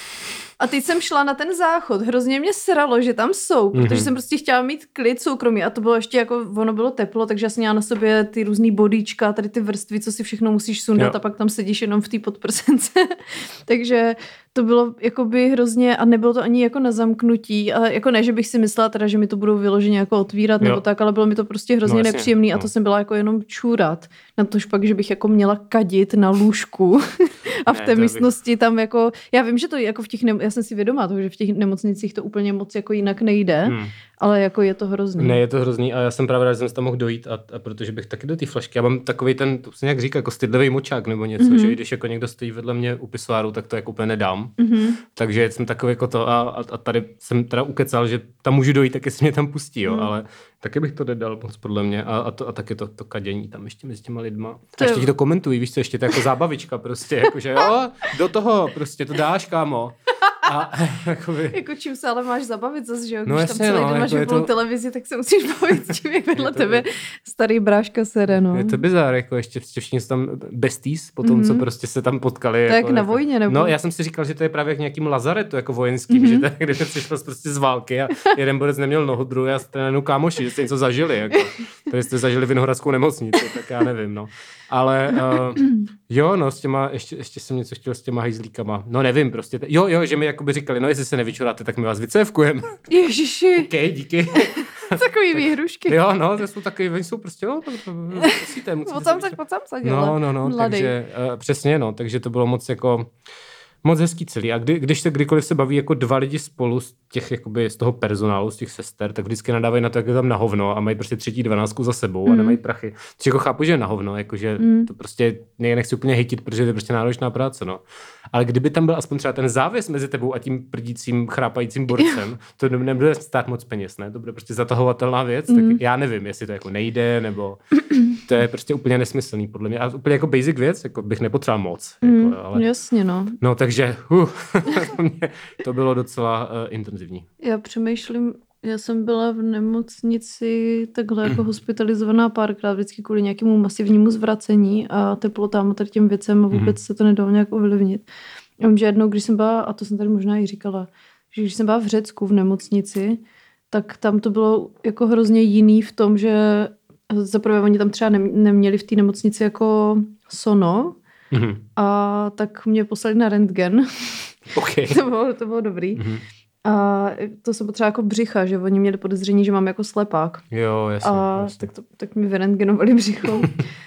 A teď jsem šla na ten záchod, hrozně mě sralo, že tam jsou, protože mm-hmm. jsem prostě chtěla mít klid soukromí a to bylo ještě jako, ono bylo teplo, takže já jsem měla na sobě ty různý bodíčka, tady ty vrstvy, co si všechno musíš sundat jo. a pak tam sedíš jenom v té podprsence. Takže to bylo jakoby hrozně, a nebylo to ani jako na zamknutí, ale jako ne, že bych si myslela teda, že mi to budou vyloženě jako otvírat jo. nebo tak, ale bylo mi to prostě hrozně no, nepříjemný no. a to jsem byla jako jenom čůrat. Na tož pak, že bych jako měla kadit na lůžku a v té ne, místnosti bych... tam jako, já vím, že to jako v těch, ne... já jsem si vědomá toho, že v těch nemocnicích to úplně moc jako jinak nejde, hmm. ale jako je to hrozný. Ne, je to hrozný a já jsem právě rád, že jsem tam mohl dojít a, a protože bych taky do té flašky, já mám takový ten, to se nějak říká, jako stydlivý močák nebo něco, mm-hmm. že když jako někdo stojí vedle mě u pisoáru, tak to jako úplně nedám. Mm-hmm. Takže jsem takový jako to a, a tady jsem teda ukecal, že tam můžu dojít, tak jestli mě tam pustí, jo, mm. ale taky bych to nedal moc podle mě a, a, to, a taky to, to kadění tam ještě mezi těma lidma. A ještě ti to komentují, víš co, ještě to jako zábavička prostě, jakože jo, do toho prostě to dáš, kámo. A, jakoby... Jako čím se ale máš zabavit zase, že jo? Když no tam jasně, celý no, den máš jako plnou to... televizi, tak se musíš bavit s tím, jak vedle tebe starý bráška sere, no. Je to bizár, jako ještě všichni jsou tam besties, po tom, mm-hmm. co prostě se tam potkali. Tak jako, na jako... vojně, nebo? No, já jsem si říkal, že to je právě jak nějakým lazaretu, jako vojenským, mm-hmm. že to, kdyby přišel prostě z války a jeden borec neměl nohu, druhý a stejnou kámoši, že jste něco zažili, jako. Tady jste zažili Vinohradskou nemocnici, tak já nevím, no. Ale uh, jo, no, s těma, ještě, ještě jsem něco chtěl s těma hajzlíkama. No nevím, prostě. T- jo, jo, že mi jakoby říkali, no jestli se nevyčuráte, tak my vás vycévkujeme. Ježiši. OK, díky. Takový výhrušky. Jo, no, to jsou takový, oni jsou prostě, no, musíte, musíte. Potom tak potom co dělá. No, no, no, Mladý. takže uh, přesně, no, takže to bylo moc jako, Moc hezký celý. A kdy, když se kdykoliv se baví jako dva lidi spolu z těch, jakoby, z toho personálu, z těch sester, tak vždycky nadávají na to, jak je tam na hovno a mají prostě třetí dvanáctku za sebou mm. a nemají prachy. Což jako chápu, že je na hovno, jakože mm. to prostě nechci úplně hejtit, protože to je prostě náročná práce, no. Ale kdyby tam byl aspoň třeba ten závěs mezi tebou a tím prdícím, chrápajícím borcem, to nebude stát moc peněz, ne? To bude prostě zatahovatelná věc, mm. tak já nevím, jestli to jako nejde, nebo to je prostě úplně nesmyslný podle mě. A úplně jako basic věc, jako bych nepotřeboval moc. Mm, jako, ale... Jasně, no. No takže uh, to bylo docela uh, intenzivní. Já přemýšlím, já jsem byla v nemocnici takhle jako hospitalizovaná párkrát vždycky kvůli nějakému masivnímu zvracení a teplotám a tady těm věcem a vůbec se to nedalo nějak ovlivnit. Já vím, že jednou, když jsem byla, a to jsem tady možná i říkala, že když jsem byla v Řecku v nemocnici, tak tam to bylo jako hrozně jiný v tom, že zaprvé oni tam třeba neměli v té nemocnici jako sono, mm-hmm. a tak mě poslali na rentgen. Okay. to, bylo, to bylo dobrý. Mm-hmm. A to jsem potřeba jako břicha, že oni měli podezření, že mám jako slepák. Jo, jasně. A jasně. Tak, to, tak mi vyrentgenovali břicho.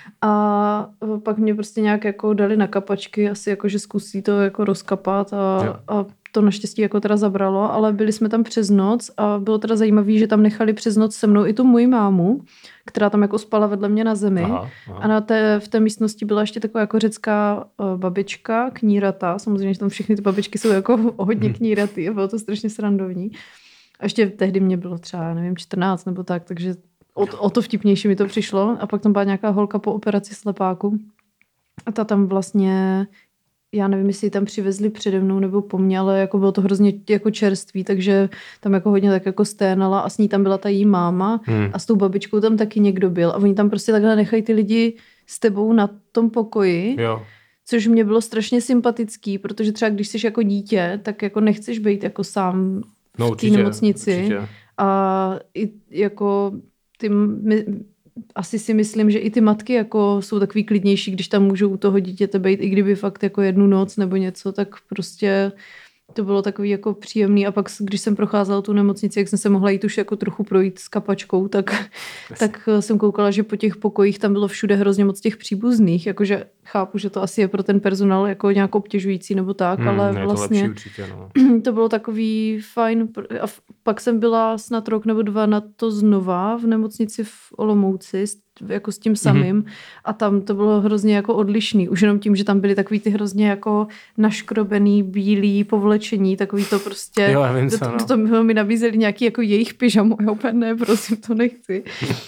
A pak mě prostě nějak jako dali na kapačky, asi jako, že zkusí to jako rozkapat a, a to naštěstí jako teda zabralo, ale byli jsme tam přes noc a bylo teda zajímavé, že tam nechali přes noc se mnou i tu moji mámu, která tam jako spala vedle mě na zemi. Aha, aha. A na té, v té místnosti byla ještě taková jako řecká uh, babička, knírata. Samozřejmě, že tam všechny ty babičky jsou jako hodně kníratý a bylo to strašně srandovní. A ještě tehdy mě bylo třeba, nevím, čtrnáct nebo tak, takže o, o to vtipnější mi to přišlo. A pak tam byla nějaká holka po operaci slepáku. A ta tam vlastně, já nevím, jestli ji tam přivezli přede mnou nebo po mně, ale jako bylo to hrozně jako čerství, takže tam jako hodně tak jako sténala a s ní tam byla ta jí máma hmm. a s tou babičkou tam taky někdo byl a oni tam prostě takhle nechají ty lidi s tebou na tom pokoji, jo. Což mě bylo strašně sympatický, protože třeba když jsi jako dítě, tak jako nechceš být jako sám v no, té nemocnici určitě. A i jako ty... My, asi si myslím, že i ty matky jako jsou takový klidnější, když tam můžou u toho dítěte být, i kdyby fakt jako jednu noc nebo něco, tak prostě to bylo takový jako příjemný. A pak, když jsem procházela tu nemocnici, jak jsem se mohla jít už jako trochu projít s kapačkou, tak, tak jsem koukala, že po těch pokojích tam bylo všude hrozně moc těch příbuzných. Jakože chápu, že to asi je pro ten personál jako nějak obtěžující nebo tak, hmm, ale ne, vlastně to, určitě, no. To bylo takový fajn. A pak jsem byla snad rok nebo dva na to znova v nemocnici v Olomouci, jako s tím samým. Mm-hmm. A tam to bylo hrozně jako odlišný. Už jenom tím, že tam byly takový ty hrozně jako naškrobený, bílý, povlečení, takový to prostě. Jo, já vím, co, to, no. to, to mi nabízeli nějaký jako jejich pyžamo. Já úplně ne, prosím, to nechci.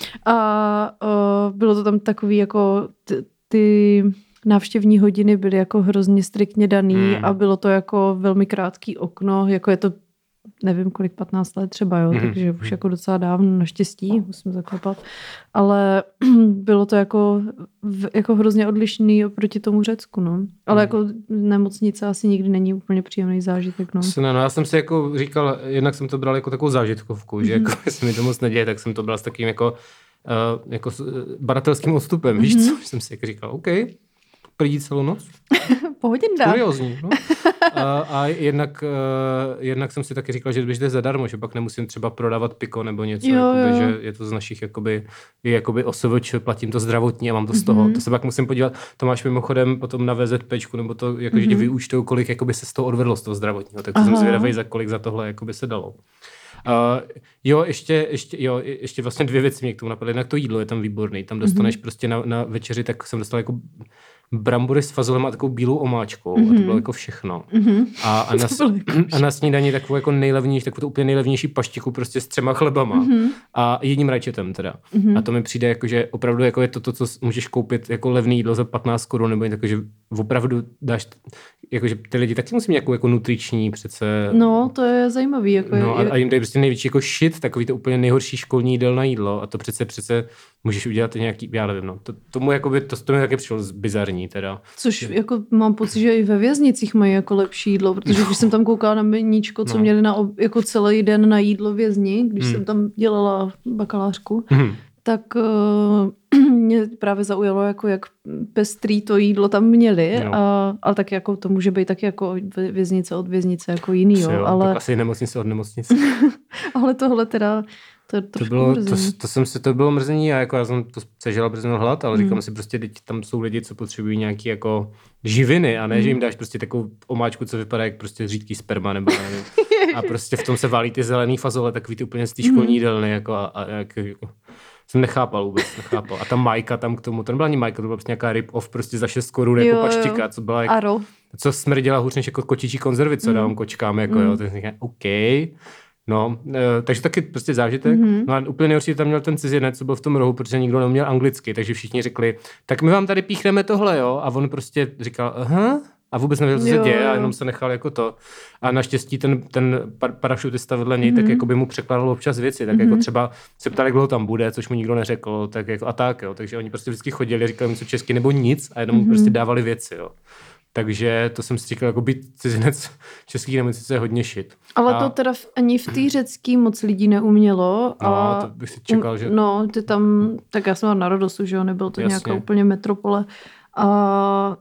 A uh, bylo to tam takový jako t- ty návštěvní hodiny byly jako hrozně striktně daný hmm. a bylo to jako velmi krátký okno, jako je to nevím kolik, patnáct let třeba, jo, mm. takže už jako docela dávno, naštěstí, musím zaklepat, ale bylo to jako, jako hrozně odlišný oproti tomu Řecku, no. Ale mm. jako nemocnice asi nikdy není úplně příjemný zážitek, no. Ne, no já jsem si jako říkal, jednak jsem to bral jako takovou zážitkovku, mm. že jako se mi to moc neděje, tak jsem to bral s takým jako, uh, jako badatelským odstupem, mm. víš co, jsem si jako říkal, OK, prdí celou noc. Pohodinda. Kuriozní, no. A, a jednak, uh, jednak jsem si taky říkal, že když jde zadarmo, že pak nemusím třeba prodávat piko nebo něco, jo, jakoby, jo. že je to z našich jakoby, je jakoby O S V Č, platím to zdravotní a mám to z toho. Mm-hmm. To se pak musím podívat. To máš mimochodem potom na V Z Pčku, nebo to, jako, mm-hmm. že ti vyúčtují, kolik jakoby se z toho odvedlo z toho zdravotního. Tak to Aha. jsem zvědavý, za kolik za tohle jakoby se dalo. Uh, jo, ještě, ještě, jo, ještě vlastně dvě věci mě k tomu napadly. Jednak to jídlo je tam výborný. Tam dostaneš mm-hmm. prostě na, na večeři, tak jsem dostal jako brambory s fazolem a takovou bílou omáčkou. Mm-hmm. A to bylo jako všechno. Mm-hmm. A, a, na, a na snídani takovou jako nejlevnější, takovou úplně nejlevnější paštiku prostě s třema chlebama. Mm-hmm. A jedním rajčetem teda. Mm-hmm. A to mi přijde jako, že opravdu jako je to, to, co můžeš koupit jako levný jídlo za patnáct korun, nebo jako, že opravdu dáš, jakože ty lidi taky musí mít nějakou jako nutriční přece. No, to je zajímavý. Jako no je, a, a jim dají prostě největší jako shit, takový to úplně nejhorší školní jídel na jídlo. A to přece přece můžeš udělat nějaký, já nevím, no. To, tomu jakoby, to, to mi taky přišlo bizarní teda. Což jako mám pocit, že i ve věznicích mají jako lepší jídlo, protože když jsem tam koukala na meníčko, co no. měli na, jako celý den na jídlo vězni, když hmm. jsem tam dělala bakalářku, hmm. tak uh, mě právě zaujalo, jako jak pestrý to jídlo tam měli, no. a, ale tak jako to může být taky jako věznice od věznice jako jiný, jo. jo ale... tak asi nemocnice od nemocnice. Ale tohle teda To je to bylo, to, to, jsem si, to bylo mrzení a jako já jsem to přežila, protože jsem hlad, ale mm. říkám si prostě, teď tam jsou lidi, co potřebují nějaký jako živiny a ne, mm. že jim dáš prostě takovou omáčku, co vypadá jak prostě řídký sperma nebo nevím. A prostě v tom se válí ty zelený fazole, takový ty úplně z té školní jídelny jako a, a jak, jako, jsem nechápal vůbec, nechápal. A ta Majka tam k tomu, to nebyla ani Majka, to byla prostě nějaká rip-off prostě za šest korun jako jo, paštika, co byla jako, co smrděla hůř než jako kočičí konzervy, co mm. dávám kočkám, jako mm. jo, tak říkám, OK. No, e, takže taky prostě zážitek. Mm-hmm. No a úplně nejhorší tam měl ten cizinec, co byl v tom rohu, protože nikdo neuměl anglicky, takže všichni řekli, tak my vám tady píchneme tohle, jo, a on prostě říkal, aha, a vůbec nevěděl, co se jo, děje, a jenom se nechal jako to. A naštěstí ten, ten parašutista vedle něj, mm-hmm. tak jako by mu překladal občas věci, tak mm-hmm. jako třeba se ptali, jak dlouho tam bude, což mu nikdo neřekl, tak jako a tak, jo. Takže oni prostě vždycky chodili, říkali něco česky nebo nic a jenom mm-hmm. mu prostě dávali věci, jo. Takže to jsem si říkal, jako být cizinec český nemocnice je hodně shit. Ale a... to teda ani v té řecký moc lidí neumělo. A no, to bych si čekal, že... No, ty tam, tak já jsem byl na Rodosu, že jo, nebyl to Jasně. nějaká úplně metropole. A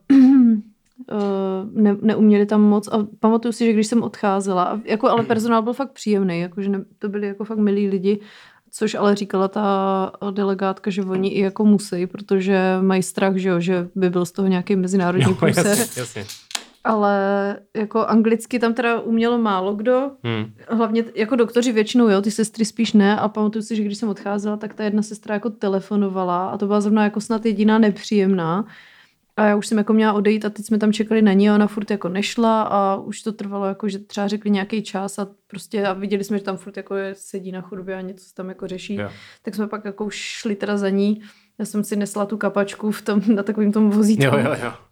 ne, neuměli tam moc. A pamatuju si, že když jsem odcházela, jako, ale personál byl fakt příjemný, jakože ne, to byli jako fakt milí lidi, což ale říkala ta delegátka, že oni i jako musí, protože mají strach, že, jo, že by byl z toho nějaký mezinárodní průser. Jasně, jasně. Ale jako anglicky tam teda umělo málo kdo. Hmm. Hlavně jako doktoři většinou, jo, ty sestry spíš ne. A pamatuju si, že když jsem odcházela, tak ta jedna sestra jako telefonovala a to byla zrovna jako snad jediná nepříjemná. A já už jsem jako měla odejít a teď jsme tam čekali na ní a ona furt jako nešla a už to trvalo jako, že třeba řekli nějaký čas a prostě a viděli jsme, že tam furt jako sedí na chodbě a něco tam jako řeší. Yeah. Tak jsme pak jako už šli teda za ní. Já jsem si nesla tu kapačku v tom, na takovým tom vozítku. Jo, jo, jo.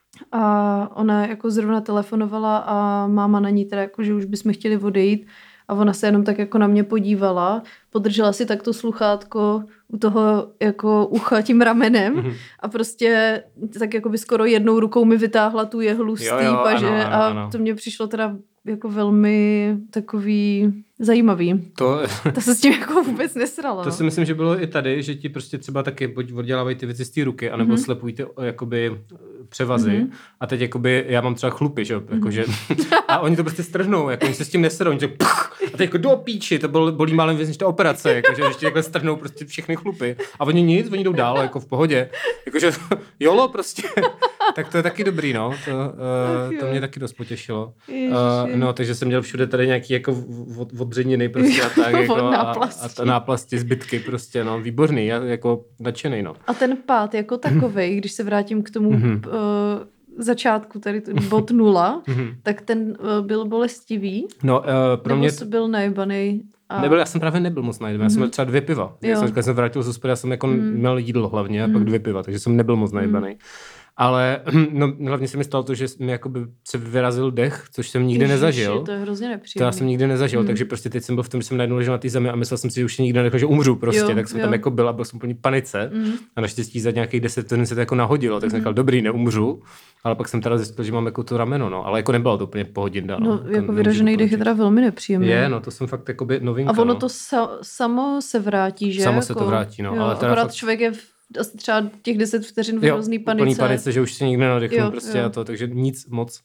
A ona jako zrovna telefonovala a máma na ní teda jako, že už bychom chtěli odejít a ona se jenom tak jako na mě podívala, podržela si takto sluchátko u toho jako ucha tím ramenem mm-hmm. a prostě tak jako by skoro jednou rukou mi vytáhla tu jehlu z té paže ano, ano, ano. a to mě přišlo teda jako velmi takový zajímavý. To, to se s tím jako vůbec nesralo. To si myslím, že bylo i tady, že ti prostě třeba taky buď oddělávají ty věci z té ruky, anebo mm-hmm. slepují ty jakoby převazy mm-hmm. a teď jakoby já mám třeba chlupy, že jo, mm-hmm. jakože a oni to prostě strhnou, jako oni se s tím neserou, oni to a teď jako do píči, to byl, bolí málem věc než ta operace, jakože ještě takhle strhnou prostě všechny chlupy a oni nic, oni jdou dál, jako v pohodě, jakože jolo prostě, tak to je taky dobrý, no, to, uh, to mě taky dost potěšilo. Uh, no, takže jsem měl všude tady nějaký jako od, odbředněný prostě a tak, jako a, a ta náplasti, zbytky prostě, no, výborný, já jako nadšenej, no. A ten pád jako takovej, když se vrátím k tomu uh, začátku, tady bod nula, tak ten uh, byl bolestivý? No, uh, pro nebo mě... Nebo byl najebaný? A... Nebyl, já jsem právě nebyl moc najebaný, já jsem měl třeba dvě piva. Já jsem, když jsem vrátil z hospody, já jsem jako mm. měl jídlo hlavně a mm. pak dvě piva, takže jsem nebyl moc najebaný. Mm. Ale no, hlavně se mi stalo to, že mi jakoby se vyrazil dech, což jsem nikdy Ježiši, nezažil. To je hrozně nepříjemné. To já jsem nikdy nezažil, mm. takže prostě teď jsem byl v tom, že jsem najednou ležel na té zemi a myslel jsem si, že už nikdy neřekl, že umřu prostě, jo, tak jsem jo. tam jako byl a byl jsem úplně panice mm. a naštěstí za nějakých deset vteřin se to jako nahodilo, tak mm. jsem říkal, dobrý, neumřu, ale pak jsem teda zjistil, že mám jako to rameno, no, ale jako nebylo to úplně pohodinda. No, no jako vyražený dech je teda velmi nepříjemný. Je, no to jsem fakt jakoby novinka. A ono no. to sa- samo se vrátí, že? Samo jako, se to vrátí, no, jo, ale teda akorát fakt... člověk je v asi třeba těch deset vteřin v hrozný panice. Úplný panice, že už si nikdy nenadechnu prostě jo. a to, takže nic moc.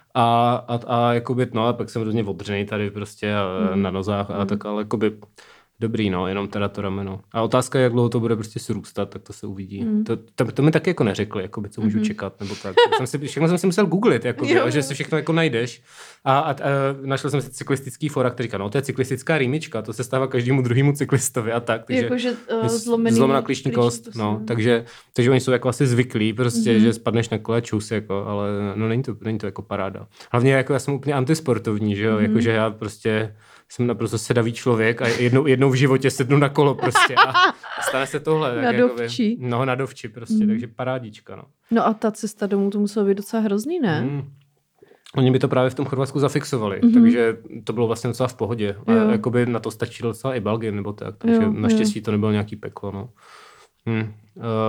A, a, a jakoby, no a pak jsem hrozně odřený tady prostě a, mm. na nozách a mm. tak, ale jakoby dobrý, no, jenom teda to rameno. A otázka je, jak dlouho to bude prostě srůstat, tak to se uvidí. Mm. To, to, to mi taky jako neřekli, jakoby, co můžu mm. čekat, nebo tak. Jsem si, všechno jsem si musel googlit, jakoby, jo, že si všechno jako najdeš. A, a, a našel jsem si cyklistický fora, který říká, no to je cyklistická rýmička, to se stává každému druhému cyklistovi a tak. Takže jako, že uh, zlomený, zlomená klíční kost, no, takže, takže oni jsou jako asi zvyklí prostě, mm. že spadneš na kole čus, jako, ale no není to, není to jako paráda. Hlavně jako já jsem úplně antisportovní, že jo, mm. jakože já prostě jsem naprosto sedavý člověk a jednou, jednou v životě sednu na kolo prostě a stane se tohle. Na dovči. No, na dovči prostě, mm. takže parádička, no. No a ta cesta domů, to muselo být docela hrozný, ne? Mm. Oni by to právě v tom Chorvatsku zafixovali, mm-hmm. takže to bylo vlastně docela v pohodě. A jo. jakoby na to stačí docela i Belgie nebo tak, takže jo, naštěstí jo. to nebylo nějaký peklo, no. Hm. Uh,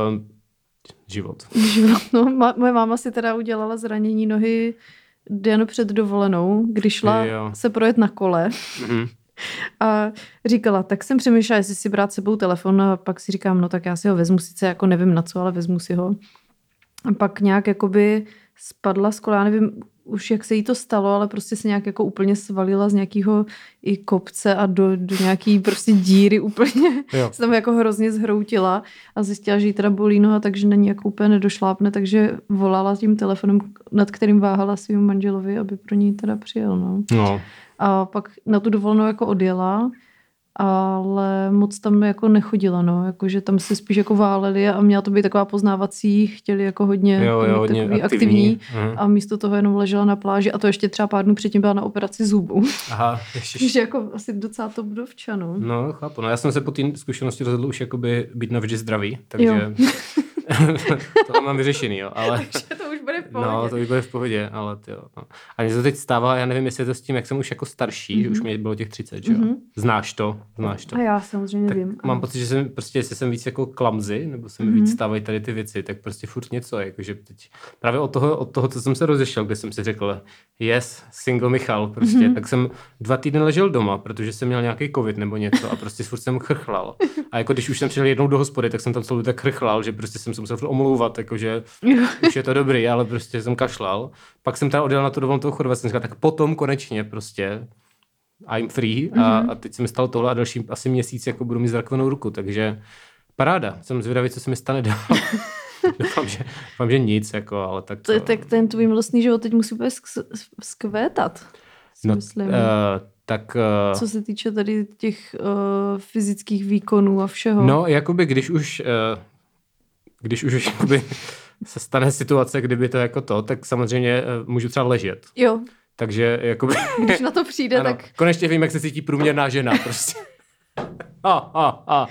život. Život, no. Ma- moje máma si teda udělala zranění nohy den před dovolenou, když šla jo. se projet na kole. Mm-hmm. A říkala, tak jsem přemýšlela, jestli si brát sebou telefon a pak si říkám, no tak já si ho vezmu, sice jako nevím na co, ale vezmu si ho. A pak nějak jakoby spadla z kola, já nevím už jak se jí to stalo, ale prostě se nějak jako úplně svalila z nějakého i kopce a do, do nějaký prostě díry úplně. Se tam jako hrozně zhroutila a zjistila, že jí teda bolí noha, takže na ní jako úplně nedošlápne, takže volala tím telefonem, nad kterým váhala svým manželovi, aby pro ní teda přijel. No. No. A pak na tu dovolenou jako odjela, ale moc tam jako nechodila, no, jakože tam se spíš jako váleli a měla to být taková poznávací, chtěli jako hodně, jo, jo, hodně takový aktivní, aktivní a místo toho jenom ležela na pláži a to ještě třeba pár dnů předtím byla na operaci zubů. Aha, ještě. Takže jako asi docela to budovča, no. No, chápu, no já jsem se po té zkušenosti rozhodl už jakoby být navždy zdravý, takže tohle mám vyřešený, jo, ale... Takže to už bude v pohodě. No, to už bude v pohodě, ale ty jo. No. A mně to teď stává, já nevím, jestli je to s tím, jak jsem už jako starší, mm-hmm. že už mě bylo těch třicet, že jo. Mm-hmm. Znáš to, znáš to. A já samozřejmě tak vím. Mám pocit, že jsem prostě, jestli jsem víc jako clumsy, nebo se mi mm-hmm. víc stávají tady ty věci, tak prostě furt něco, jakože teď právě od toho, od toho, co jsem se rozešel, kde jsem si řekl, yes, single Michal, prostě, mm-hmm. tak jsem dva týdny ležel doma, protože jsem měl nějaký covid nebo něco a prostě furt jsem chrchlal. A jako když už jsem přišel jednou do hospody, tak jsem tam celou tak chrchlal, že prostě jsem se musel omlouvat, jakože už je to dobrý, ale prostě jsem kašlal. Pak jsem teda odjel na to dovolenou toho Chorvatska, tak potom konečně prostě I'm free a, mm-hmm. a teď se mi stalo tohle a další asi měsíc jako budu mít zrakvenou ruku, takže paráda. Jsem zvědavý, co se mi stane dál. doufám, že, doufám, že nic, jako, ale tak... To, tak ten tvůj milostný život teď musí být skvétat, no, myslím. Uh, tak... Uh, co se týče tady těch uh, fyzických výkonů a všeho. No, jakoby když už... Uh, když už jakoby se stane situace, kdyby to jako to, tak samozřejmě uh, můžu třeba ležet. Jo. Takže jakoby... Když na to přijde, ano, tak... Konečně vím, jak se cítí průměrná žena, prostě. A, a, a.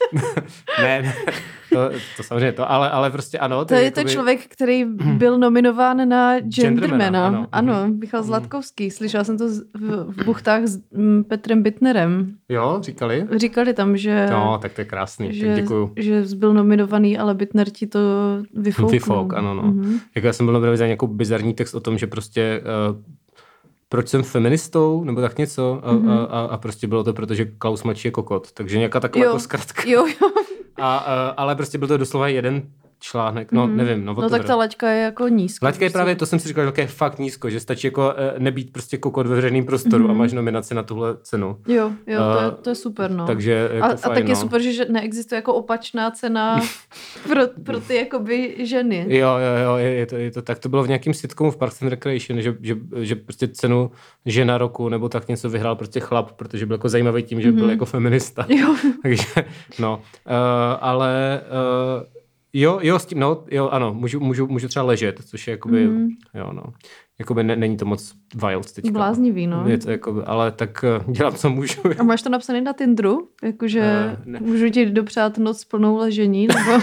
ne, ne, to, to samozřejmě to, ale, ale prostě ano. To je jakoby... to člověk, který byl nominován na Gendermana. Ano, ano Michal Zlatkovský. Slyšela jsem to v, v buchtách s m, Petrem Bittnerem. Jo, říkali? Říkali tam, že... No, tak to je krásný, že, tak děkuju. Že byl nominovaný, ale Bittner ti to vyfouknul. Vyfouk, ano, no. Mm-hmm. Jako já jsem byl nominovaný za nějakou bizarní text o tom, že prostě... Uh, proč jsem feministou, nebo tak něco a, mm-hmm. a, a prostě bylo to, protože Klaus Mačí je kokot, takže nějaká taková jako zkratka. Jo, jo. A, a, ale prostě byl to doslova jeden článek, no mm-hmm. nevím. No, no tak ta laťka je jako nízko. Laťka je právě, to jsem si říkal, že je fakt nízko, že stačí jako nebýt prostě kokot ve veřejném prostoru mm-hmm. a máš nominaci na tuhle cenu. Jo, jo, to je, to je super, no. Takže jako a, fajn, a tak je no. super, že neexistuje jako opačná cena pro, pro ty jakoby ženy. Jo, jo, jo, je, je, to, je to tak. To bylo v nějakým sitcomu v Parks and Recreation, že, že, že prostě cenu žena roku nebo tak něco vyhrál prostě chlap, protože byl jako zajímavý tím, že mm-hmm. byl jako feminista. Jo. Takže, no, uh, ale... Uh, Jo, jo, s tím, no, jo, ano, můžu, můžu, můžu třeba ležet, což je jakoby, mm. jo, no, jakoby ne, není to moc wild teďka. Bláznivý, no. Je to jakoby, ale tak dělám, co můžu. A máš to napsané na Tinderu? Jakože uh, můžu ti dopřát noc plnou ležení, nebo...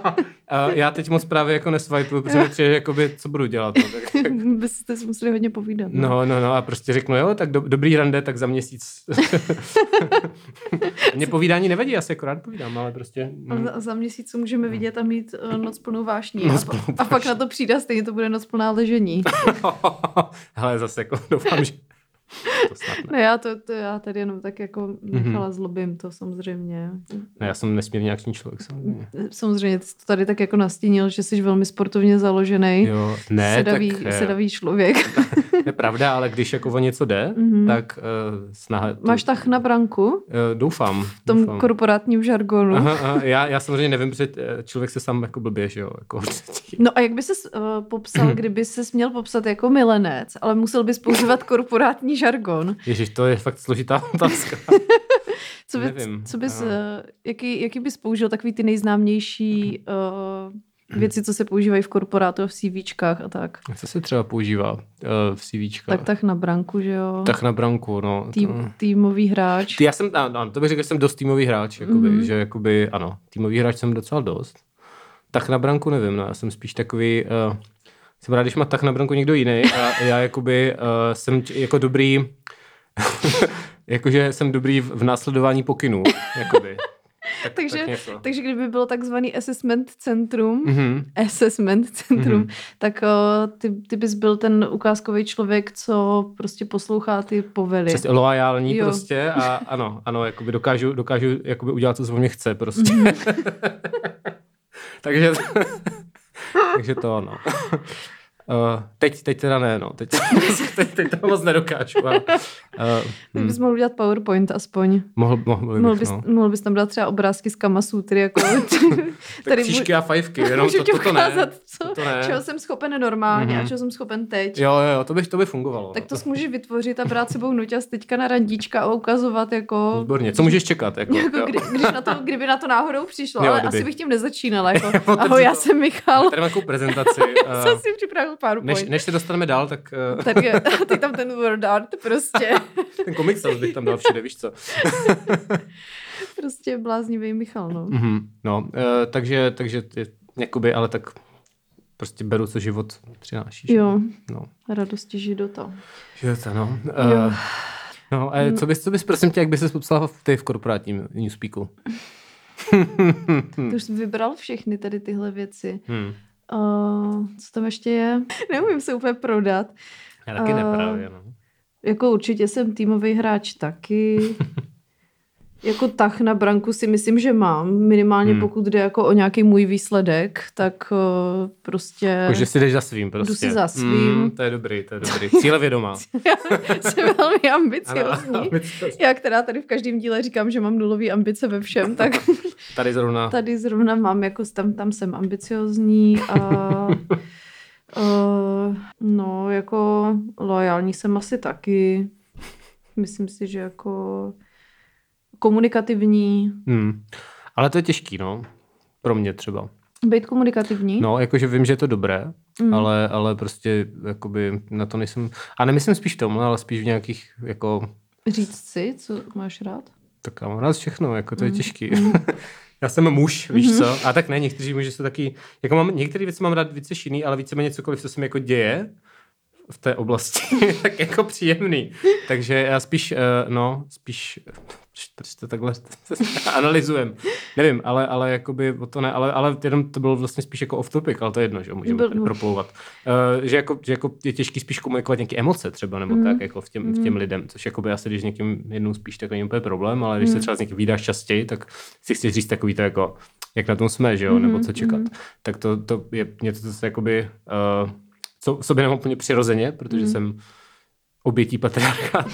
A já teď moc právě jako neswipuju, protože mi přijde, jakoby, co budu dělat. No, tak, tak... Byste si museli hodně povídat. No, no, no, no a prostě řeknu, jo, tak do, dobrý rande, tak za měsíc. Mně povídání nevadí, já se jako rád povídám, ale prostě... A za, za měsíc můžeme vidět a mít uh, noc plnou vášní. Noc plnou a, a pak na to přijde, stejně to bude noc plná ležení. Hele, zase jako doufám, že... To snad ne. Ne, já, to, to já tady jenom tak jako Michala mm-hmm. zlobím to samozřejmě. Ne, já jsem nesmírně akční člověk samozřejmě. Samozřejmě, ty jsi to tady tak jako nastínil, že jsi velmi sportovně založený, jo, ne, sedavý, tak, sedavý člověk. Je pravda, ale když jako o něco jde, mm-hmm. tak uh, snaha... To... Máš tah na branku? Uh, doufám. V tom doufám. korporátním žargonu. Aha, aha, já, já samozřejmě nevím, protože člověk se sám jako blbě, že jo. Jako... No a jak by ses uh, popsal, kdyby ses měl popsat jako milenec, ale musel bys používat korporátní žargon? Ježiš, to je fakt složitá otázka. co, by, co bys, uh, jaký, jaký bys použil takový ty nejznámější uh, věci, co se používají v korporátu, v CVčkách a tak? Co se třeba používá uh, v CVčkách? Tak tah na branku, že jo? Tah na branku, no. Tým, to... Týmový hráč. Ty, já jsem, ano, to bych řekl, že jsem dost týmový hráč, jakoby, mm-hmm. že jakoby, ano, týmový hráč jsem docela dost. Tah na branku nevím, no, já jsem spíš takový... Uh, jsem rád, když má tah na branku někdo jiný a já jakoby uh, jsem č- jako dobrý... jakože jsem dobrý v, v následování pokynů, jakoby. Tak, takže, tak takže kdyby bylo takzvaný assessment centrum, mm-hmm. assessment centrum, mm-hmm. tak o, ty, ty bys byl ten ukázkový člověk, co prostě poslouchá ty povely. Přesně, loajální jo. prostě a ano, ano, jakoby dokážu, dokážu jakoby udělat, co se mě chce prostě. Mm-hmm. takže, takže to ano. Uh, teď, teď teda ne, no. Teď, teď, teď to moc nedokážu. Ale, uh, Ty bys mohl udělat PowerPoint aspoň. Mohl, mohl, bych, mohl, bys, no. mohl bys tam dát třeba obrázky z Kamasutry, jako... tak křížky a fajfky, jenom to, to, to ne. Co, to, to ne. Čeho jsem schopen normálně mm-hmm. a čeho jsem schopen teď. Jo, jo, jo, to by, to by fungovalo. Tak to můžeš vytvořit a brát sebou nuťas teďka na randíčka a ukazovat jako... Výborně, co můžeš čekat? Jako, jako kdy, když na to, kdyby na to náhodou přišlo, jo, ale kdyby. asi bych tím nezačínala. Jako, ahoj, já jsem Michal. Tady mám takovou prezentaci. Já jsem si připravil PowerPoint. Než, než se dostaneme dál, tak... Uh... tak je, ty tam ten word art prostě. ten Comic Sans bych tam dal všude, víš co? prostě bláznivý Michal, no. Mm-hmm, no, uh, takže, takže jakoby, ale tak prostě beru, co život přináší. Jo, no. radosti života. Života, no. Uh, no, a co bys, co bys, prosím tě, jak bys se popsala v, ty v korporátním newspeaku? Ty už jsi vybral všechny tady tyhle věci. Hmm. Uh, co tam ještě je? Neumím se úplně prodat. Já taky uh, neprávě, no. Jako určitě jsem týmový hráč taky. Jako tah na branku si myslím, že mám. Minimálně hmm. pokud jde jako o nějaký můj výsledek, tak uh, prostě... Jako, že si jdeš za svým prostě. Jdu si za svým. Mm, to je dobrý, to je dobrý. Cílevědomá. Jsem velmi ambiciozní. Ano, Já, která tady v každém díle říkám, že mám nulový ambice ve všem, tak... tady zrovna... Tady zrovna mám, jako tam, tam jsem ambiciozní a... uh, no, jako loajální jsem asi taky. Myslím si, že jako... komunikativní. Hmm. Ale to je těžký, no. Pro mě třeba. Být komunikativní? No, jakože vím, že je to dobré, mm. ale, ale prostě jakoby na to nejsem... A nemyslím spíš v tom, ale spíš v nějakých jako... Říct si, co máš rád? Tak já mám rád všechno, jako to je mm. těžký. Mm. Já jsem muž, víš mm-hmm. co? A tak ne, někteří muži jsou taky... Jako mám, některé věci mám rád více jiný, ale víceméně cokoliv, co se mi jako děje v té oblasti, tak jako příjemný. Takže já spíš, uh, no, spíš... Proč to takhle analyzujem? Nevím, ale, ale jakoby o to ne, ale, ale jenom to bylo vlastně spíš jako off topic, ale to je jedno, že můžeme Byl... proplouvat. Uh, že, jako, že jako je těžký spíš komunikovat nějaké emoce třeba, nebo mm. tak, jako v těm, v těm lidem, což jakoby asi, když někým jednou spíš, tak není úplně problém, ale když mm. se třeba s někým vídáš častěji, tak si chceš říct takový to jako, jak na tom jsme, že jo, mm. nebo co čekat. Mm. Tak to, to je něco, co se jakoby, uh, co sobě nemám úplně přirozeně, protože mm. jsem obětí patriarchátu.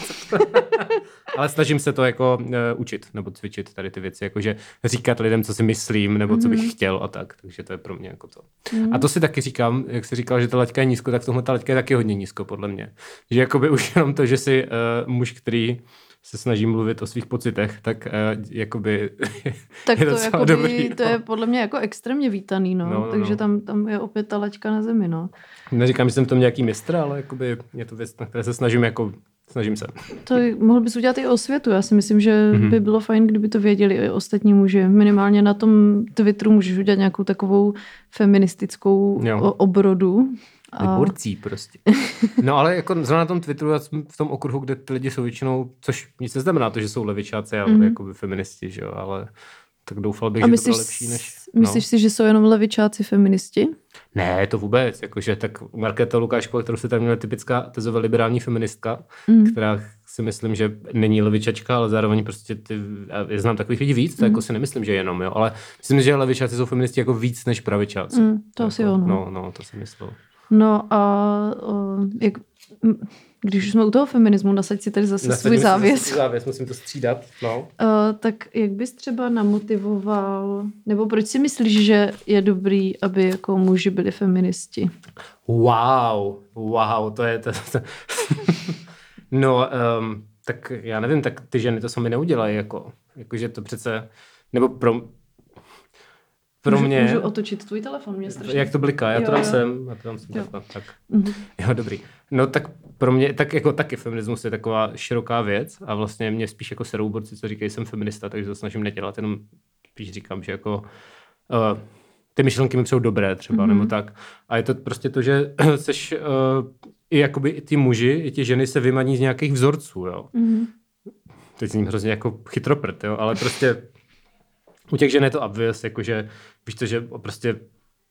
Ale snažím se to jako uh, učit nebo cvičit tady ty věci, jakože říkat lidem, co si myslím, nebo co bych chtěl a tak. Takže to je pro mě jako to. Mm. A to si taky říkám, jak jsi říkal, že ta laťka je nízko, tak tohle ta laťka je taky hodně nízko, podle mě. Že jakoby už jenom to, že jsi uh, muž, který se snaží mluvit o svých pocitech, tak uh, jakoby tak je to, docela jakoby, dobrý. To no. je podle mě jako extrémně vítaný, no. no, no Takže no. Tam, tam je opět ta laťka na zemi, no. Neříkám, že jsem to nějaký mistr, ale jakoby je to věc, na které se snažím jako Snažím se. To mohl bys udělat i osvětu. Já si myslím, že mm-hmm. by bylo fajn, kdyby to věděli i ostatní muži. Minimálně na tom Twitteru můžeš udělat nějakou takovou feministickou jo. obrodu. A... Borcí prostě. No ale jako zrovna na tom Twitteru, v tom okruhu, kde ty lidi jsou většinou, což nic neznamená to, že jsou levičáci, ale mm-hmm. jakoby feministi, že jo, ale tak doufal bych, a že myslíš, to bylo lepší než... Myslíš no. si, že jsou jenom levičáci feministi? Ne, to vůbec. Jakože tak Markéta Lukášková, kterou se tam měla typická tezové liberální feministka, mm. která si myslím, že není levičačka, ale zároveň prostě ty, já znám takových lidí víc, to mm. jako si nemyslím, že jenom, jo, ale myslím, že levičáci jsou feministi jako víc než pravičáci. Mm, to asi jako, ono. No, no, to si myslel. No a o, jak, když už jsme u toho feminismu, nasaď si tady zase Nasadím svůj závěs. Svůj závěs, musím to střídat. No. Uh, tak jak bys třeba namotivoval, nebo proč si myslíš, že je dobrý, aby jako muži byli feministi? Wow, wow, to je to. to. No, um, tak já nevím, tak ty ženy to sami neudělají, jako, jakože to přece, nebo pro... Pro můžu, mě... Můžu otočit tvůj telefon, mě strašně... Jak to bliká, já to dám sem, já to dám sem takhle, tak. Mm-hmm. Jo, dobrý. No tak pro mě, tak jako taky feminismus je taková široká věc a vlastně mě spíš jako serou borci, co říkají, jsem feminista, takže to snažím nedělat, jenom spíš říkám, že jako uh, ty myšlenky mi přijou dobré třeba, mm-hmm. nebo tak. A je to prostě to, že seš uh, i jakoby i ty muži, i ty ženy se vymaní z nějakých vzorců, jo. Mm-hmm. Teď zním hrozně jako chytroprt, jo, ale prostě u těch žen je to obvious, jakože víš to, že prostě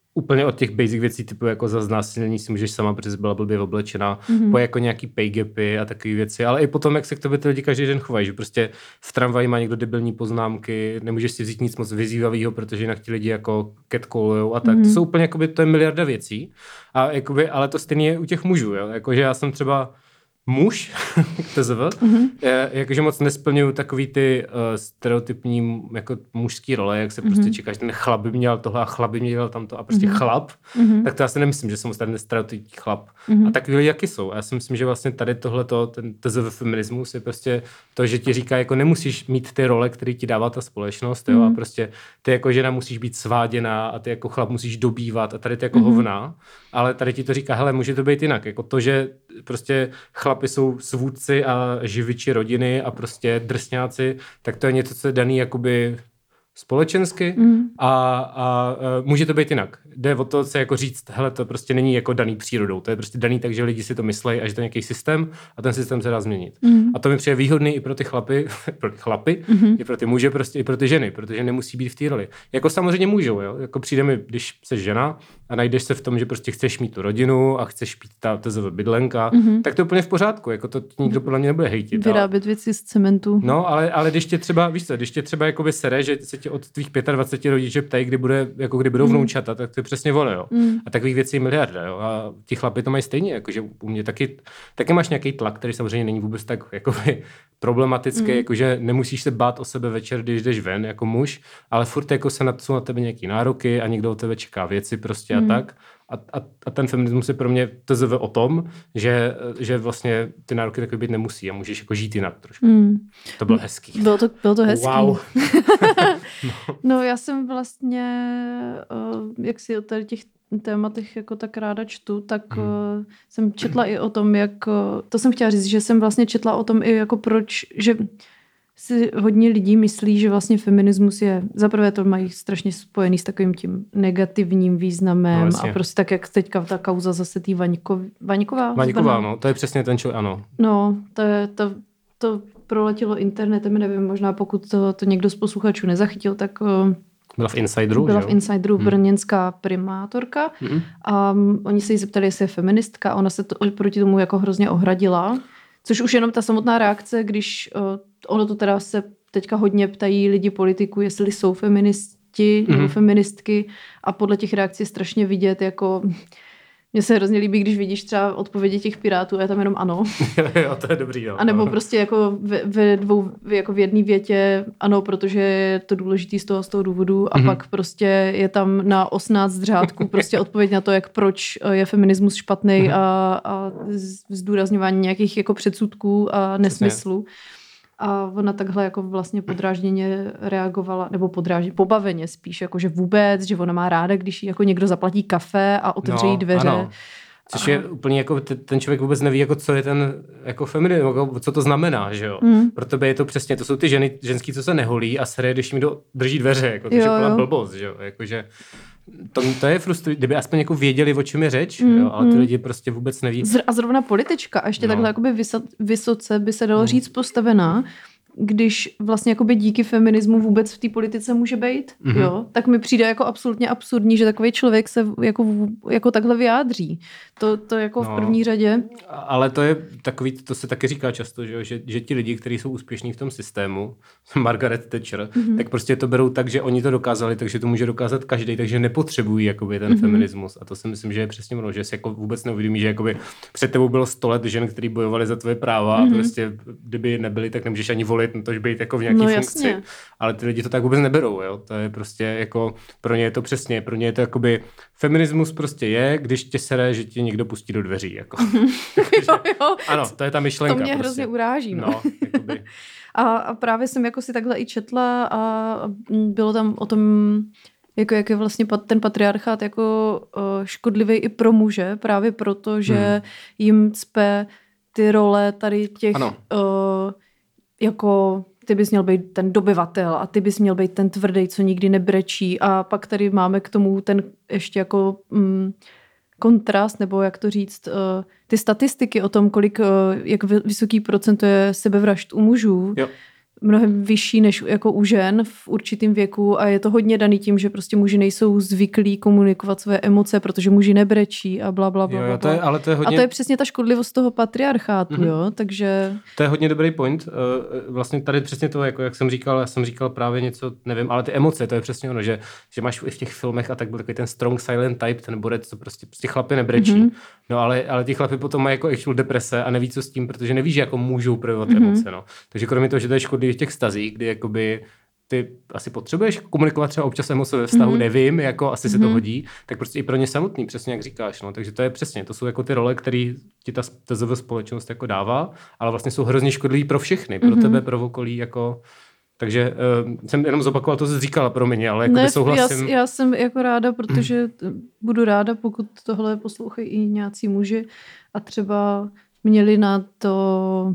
úplně od těch basic věcí, typu jako za znásilnění si můžeš sama, protože jsi byla blbě oblečená, mm-hmm. po jako nějaký pay gapy a takové věci, ale i potom, jak se k tobě ty lidi každý den chovají, že prostě v tramvaji má někdo debilní poznámky, nemůžeš si vzít nic moc vyzývavého, protože jinak ti lidi jako catcallujou a tak. Mm-hmm. To jsou úplně, jakoby, to je miliarda věcí, a jakoby, ale to stejně je u těch mužů, jo? Jakože já jsem třeba muž, T Z V, mm-hmm. jakože moc nesplňuju takový ty uh, stereotypní jako mužský role, jak se mm-hmm. prostě čeká, že ten chlap by měl tohle a chlap by měl tamto a prostě mm-hmm. chlap, mm-hmm. tak to já si nemyslím, že jsem ten stereotypní chlap. Mm-hmm. A takový lidi jaký jsou. A já si myslím, že vlastně tady tohleto, ten T Z V feminismus je prostě to, že ti říká, jako nemusíš mít ty role, které ti dává ta společnost, jo, mm-hmm. a prostě ty jako žena musíš být sváděná a ty jako chlap musíš dobývat a tady ty jako mm-hmm. hovna, ale tady ti to říká, hele, může to být jinak, jako to, že prostě chlapi jsou svůdci a živiči rodiny a prostě drsňáci, tak to je něco, co je daný jakoby společensky mm. a, a může to být jinak. Jde o to se jako říct, hele, to prostě není jako daný přírodou, to je prostě daný tak, že lidi si to myslejí a že to je nějaký systém a ten systém se dá změnit. Mm. A to mi přijde výhodný i pro ty chlapy, pro ty chlapy, mm. i pro ty muže, prostě i pro ty ženy, protože nemusí být v té roli. Jako samozřejmě můžou, jo, jako přijde mi, když jsi žena a najdeš se v tom, že prostě chceš mít tu rodinu a chceš mít ta T Z V bydlenka, mm. tak to je úplně v pořádku, jako to nikdo podle mě nebude hejtit. Vyrábět věci z cementu. No, ale, ale když tě třeba, víš co, když tě třeba jakoby sere, že se tě od tvých dvacet pět rodiče ptají, kdy bude, jako kdy budou mm. vnoučata, tak to je přesně ono, jo. Mm. A takových věcí je miliarda, jo. A ti chlapi to mají stejně, jakože u mě taky, taky máš nějaký tlak, který samozřejmě není vůbec tak jakoby problematický, mm. jakože nemusíš se bát o sebe večer, když jdeš ven jako muž, ale furt jako se na, jsou na tebe nějaký nároky a někdo od tebe čeká věci prostě mm. a tak. A, a, a ten feminismus je pro mě T Z V o tom, že, že vlastně ty nároky takový být nemusí a můžeš jako žít jinak trošku. Mm. To bylo hezký. Bylo to, bylo to hezký. Wow. no. no já jsem vlastně, jak si o tady těch tématech jako tak ráda čtu, tak mm. jsem četla i o tom, jak, to jsem chtěla říct, že jsem vlastně četla o tom i jako proč, že si hodně lidí myslí, že vlastně feminismus je, zaprvé to mají strašně spojený s takovým tím negativním významem no, a prostě tak, jak teďka ta kauza zase tý Vaňko, Vaňková. Vaňková, no, to je přesně ten člověk, ano. No, to, je, to, to proletělo internetem, nevím, možná pokud to, to někdo z posluchačů nezachytil, tak byla v Insideru, Byla že? v Insideru hmm. brněnská primátorka hmm. a um, oni se jí zeptali, jestli je feministka a ona se to, proti tomu jako hrozně ohradila. Což už jenom ta samotná reakce, když uh, ono to teda se teďka hodně ptají lidi politiků, jestli jsou feministi mm-hmm. nebo feministky a podle těch reakcí je strašně vidět, jako mně se hrozně líbí, když vidíš třeba odpovědi těch pirátů a je tam jenom ano. Jo, to je dobrý. Jo. A nebo prostě jako ve, ve dvou, jako v jedné větě ano, protože je to důležitý z toho, z toho důvodu a mm-hmm. pak prostě je tam na osmnáct řádků prostě odpověď na to, jak proč je feminismus špatný mm-hmm. a, a zdůrazňování nějakých jako předsudků a nesmyslů. A ona takhle jako vlastně podrážděně reagovala, nebo podrážděně, pobaveně spíš, jako že vůbec, že ona má ráda, když jí jako někdo zaplatí kafe a otevře jí no, dveře. Ano. Což je úplně jako, ten člověk vůbec neví, jako co je ten jako feminismus, jako, co to znamená, že jo. Mm. Pro tebe je to přesně, to jsou ty ženy, ženský, co se neholí a sere, když jim do, drží dveře, jako, to je úplná blbost, že jo, jakože to, to je frustrující, kdyby aspoň jako věděli, o čem je řeč, mm, jo, ale ty mm. lidi prostě vůbec neví. A zrovna politička, a ještě no. takhle jakoby vysoce by se dalo mm. říct postavená, když vlastně jakoby díky feminismu vůbec v té politice může být, mm-hmm. jo, tak mi přijde jako absolutně absurdní, že takový člověk se jako, jako takhle vyjádří. To, to jako no, v první řadě. Ale to je takový, to se taky říká často, že, že, že ti lidi, kteří jsou úspěšní v tom systému, Margaret Thatcher, mm-hmm. tak prostě to berou tak, že oni to dokázali, takže to může dokázat každý, takže nepotřebují jakoby ten mm-hmm. feminismus. A to si myslím, že je přesně ono, že si jako vůbec neuvědomí, že jakoby před tebou bylo sto let žen, kteří bojovali za tvoje práva mm-hmm. a prostě kdyby nebyli, tak nemůžeš ani volit, no tož být jako v nějaký no, funkci. Jasně. Ale ty lidi to tak vůbec neberou, jo. To je prostě jako, pro ně je to přesně, pro ně je to jakoby, feminismus prostě je, když tě sere, že ti někdo pustí do dveří, jako. jo, jo. Ano, to je ta myšlenka. To mě prostě. hrozně uráží. No. No, jakoby. a, a právě jsem jako si takhle i četla a bylo tam o tom, jako jak je vlastně ten patriarchát jako škodlivý i pro muže, právě proto, že hmm. jim cpe ty role tady těch uh, jako ty bys měl být ten dobyvatel a ty bys měl být ten tvrdý, co nikdy nebrečí a pak tady máme k tomu ten ještě jako mm, kontrast, nebo jak to říct, uh, ty statistiky o tom, kolik, uh, jak vysoký procento je sebevražd u mužů, jo. mnohem vyšší než jako u žen v určitém věku a je to hodně daný tím, že prostě muži nejsou zvyklí komunikovat své emoce, protože muži nebrečí a bla, bla, bla. Jo, jo, to je, ale to je hodně... A to je přesně ta škodlivost toho patriarchátu, mm-hmm. jo, takže... To je hodně dobrý point. Vlastně tady přesně to, jako jak jsem říkal, já jsem říkal právě něco, nevím, ale ty emoce, to je přesně ono, že, že máš i v těch filmech a tak byl takový ten strong silent type, ten borec, co prostě, prostě chlapy nebrečí. Mm-hmm. No ale, ale ty chlapy potom mají jako actual deprese a neví co s tím, protože neví, že jako můžou projevovat mm-hmm. emoce, no. Takže kromě toho, že to je škodlivý v těch vztazích, kdy jakoby ty asi potřebuješ komunikovat třeba občas emoce ve vztahu, mm-hmm. nevím, jako asi mm-hmm. se to hodí, tak prostě i pro ně samotný, přesně jak říkáš, no. Takže to je přesně, to jsou jako ty role, které ti ta T Z V společnost jako dává, ale vlastně jsou hrozně škodlivý pro všechny, pro mm-hmm. tebe, pro okolí, jako... Takže uh, jsem jenom zopakoval to, co jsi říkala, promiň, ale jako souhlasím. Já, já jsem jako ráda, protože budu ráda, pokud tohle poslouchají i nějací muži a třeba měli na to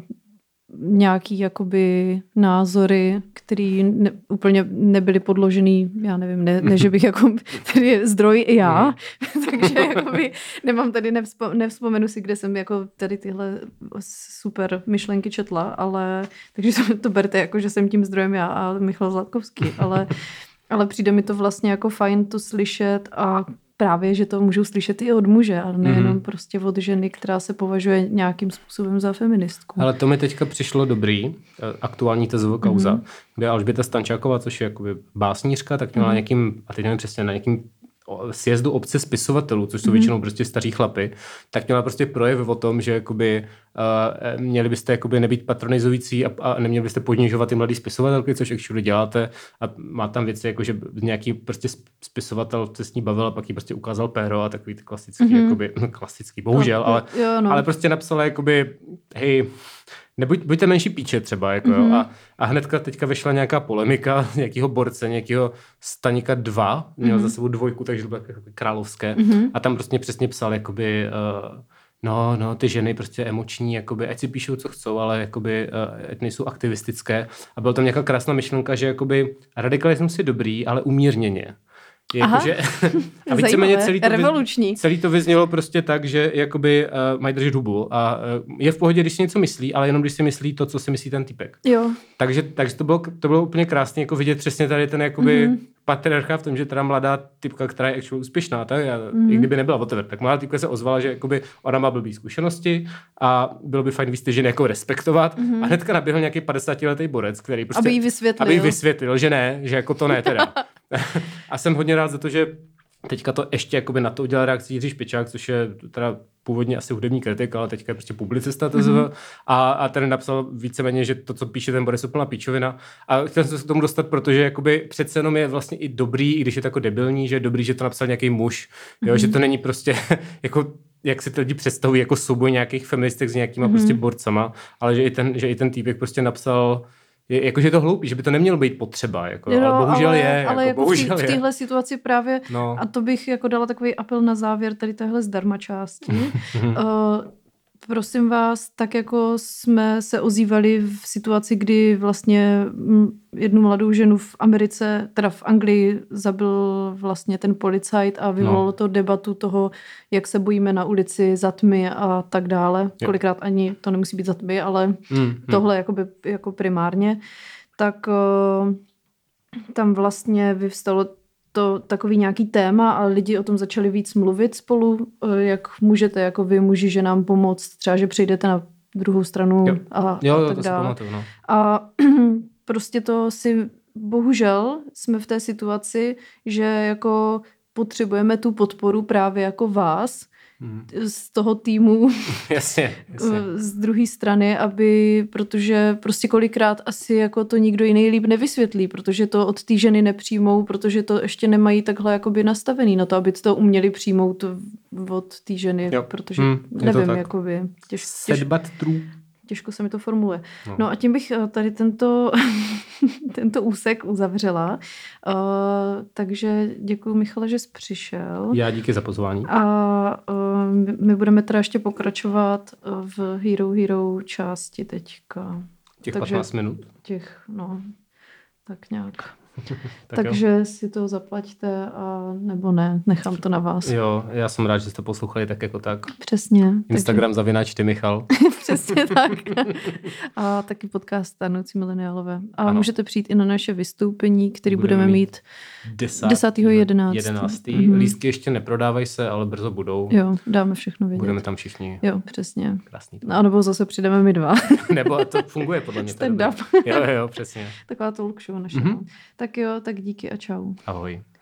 nějaký jakoby názory, který ne, úplně nebyly podložený, já nevím, ne, ne že bych jako tady zdroj já, takže jakoby nemám tady, nevzpo, nevzpomenu si, kde jsem jako tady tyhle super myšlenky četla, ale takže to, to berte jako, že jsem tím zdrojem já a Michal Zlatkovský, ale, ale přijde mi to vlastně jako fajn to slyšet a právě, že to můžou slyšet i od muže, ale nejenom mm-hmm. prostě od ženy, která se považuje nějakým způsobem za feministku. Ale to mi teďka přišlo dobrý, aktuální T Z V kauza, mm-hmm. kde Alžběta Stančáková, což je jakoby básnířka, tak měla mm-hmm. nějakým, a teď nevím přesně, na nějakým sjezdu obce spisovatelů, což jsou mm-hmm. většinou prostě staří chlapy, tak měla prostě projev o tom, že jakoby, uh, měli byste jakoby nebýt patronizující a, a neměli byste ponižovat ty mladý spisovatelky, což actually děláte a má tam věci, jako že nějaký prostě spisovatel se s ní bavil a pak jí prostě ukázal péro a takový klasický, mm-hmm. jakoby, no klasický, bohužel, no, ale, jo, no. ale prostě napsala jakoby, hej, Nebuď, buďte menší píče třeba, jako mm-hmm. jo. A, a hnedka teďka vyšla nějaká polemika nějakého borce, nějakého Staníka dva, měl mm-hmm. za sebou dvojku, takže to bylo jako královské. Mm-hmm. A tam prostě přesně psal, jakoby, uh, no, no, ty ženy prostě emoční, jakoby, ať si píšou, co chcou, ale jakoby, uh, ať nejsou aktivistické. A byla tam nějaká krásná myšlenka, že jakoby radikalismus je dobrý, ale umírněně. Jakože, a víceméně celý to, revoluční. celý to vyznělo prostě tak, že jakoby uh, mají držet hubu a uh, je v pohodě, když si něco myslí, ale jenom když si myslí to, co si myslí ten typek. Jo. Takže, takže to, bylo, to bylo úplně krásně jako vidět přesně tady ten jakoby mm-hmm. patriarcha v tom, že teda mladá typka, která je actually úspěšná, tak já, mm-hmm. i kdyby nebyla whatever, tak mladá typka se ozvala, že jakoby ona má blbý zkušenosti a bylo by fajn víc ty ženy jako respektovat mm-hmm. a hnedka naběhl nějaký padesátiletý borec, který prostě... Aby jí vysvětlil. Aby jí vysvětlil, že ne, že jako to ne teda. A jsem hodně rád za to, že teďka to ještě jakoby na to udělal reakci Jiří Špičák, což je teda původně asi hudební kritik, ale teďka je prostě publicista mm-hmm. a, a ten napsal víceméně, že to, co píše ten Boris, je plná píčovina. A chtěl jsem se k tomu dostat, protože jakoby přece jenom je vlastně i dobrý, i když je to jako debilní, že je dobrý, že to napsal nějaký muž, mm-hmm. jo, že to není prostě jako jak si to lidi představují jako souboj nějakých feministek s nějakýma mm-hmm. prostě borcama, ale že i ten, že i ten týpek prostě napsal Je, jakože je to hloupý, že by to nemělo být potřeba, jako, jo, ale bohužel ale, je. Ale jako, jako bohužel v, tý, v téhle situaci právě, no. a to bych jako dala takový apel na závěr tady téhle zdarma části. uh, prosím vás, tak jako jsme se ozývali v situaci, kdy vlastně jednu mladou ženu v Americe, teda v Anglii zabil vlastně ten policajt a vyvolalo no. to debatu toho, jak se bojíme na ulici za tmy a tak dále. Jo. Kolikrát ani to nemusí být za tmy, ale mm, tohle mm. jakoby, jako primárně. Tak uh, tam vlastně vyvstalo to takový nějaký téma a lidi o tom začali víc mluvit spolu, jak můžete jako vy muži ženám pomoct, třeba, že přejdete na druhou stranu jo. a, jo, jo, a tak to dále. Pamatuju, no. A prostě to si, bohužel jsme v té situaci, že jako potřebujeme tu podporu právě jako vás, hmm. z toho týmu jasně, jasně. z druhé strany, aby, protože prostě kolikrát asi jako to nikdo jiný líp nevysvětlí, protože to od té ženy nepřijmou, protože to ještě nemají takhle jakoby nastavený na to, aby to uměli přijmout od té ženy, jo. protože hmm, nevím, jakoby těž, těž, těžko se mi to formuluje. No, no a tím bych tady tento, tento úsek uzavřela. Uh, takže děkuji, Michale, že jsi přišel. Já díky za pozvání. A uh, my budeme teda ještě pokračovat v Hero Hero části teďka. Těch takže patnáct minut? Těch, no, tak nějak. Tak Takže jo. si to zaplaťte a nebo ne, nechám to na vás. Jo, já jsem rád, že jste to poslouchali tak jako tak. Přesně. Instagram Takže... zavináč Ty Michal. Přesně tak. A taky podcast Stárnoucí mileniálové. A ano. Můžete přijít i na naše vystoupení, které budeme, budeme mít desátého jedenáctého jedenáctého Lístky ještě neprodávají se, ale brzo budou. Jo, dáme všechno vědět. Budeme tam všichni. Jo, přesně. Krásný. No, nebo zase přijdeme my dva. Nebo to funguje podle mě. Stand up. Jo, jo, přesně. Taková talk show naše. Mm-hmm. Tak jo, tak díky a čau. Ahoj.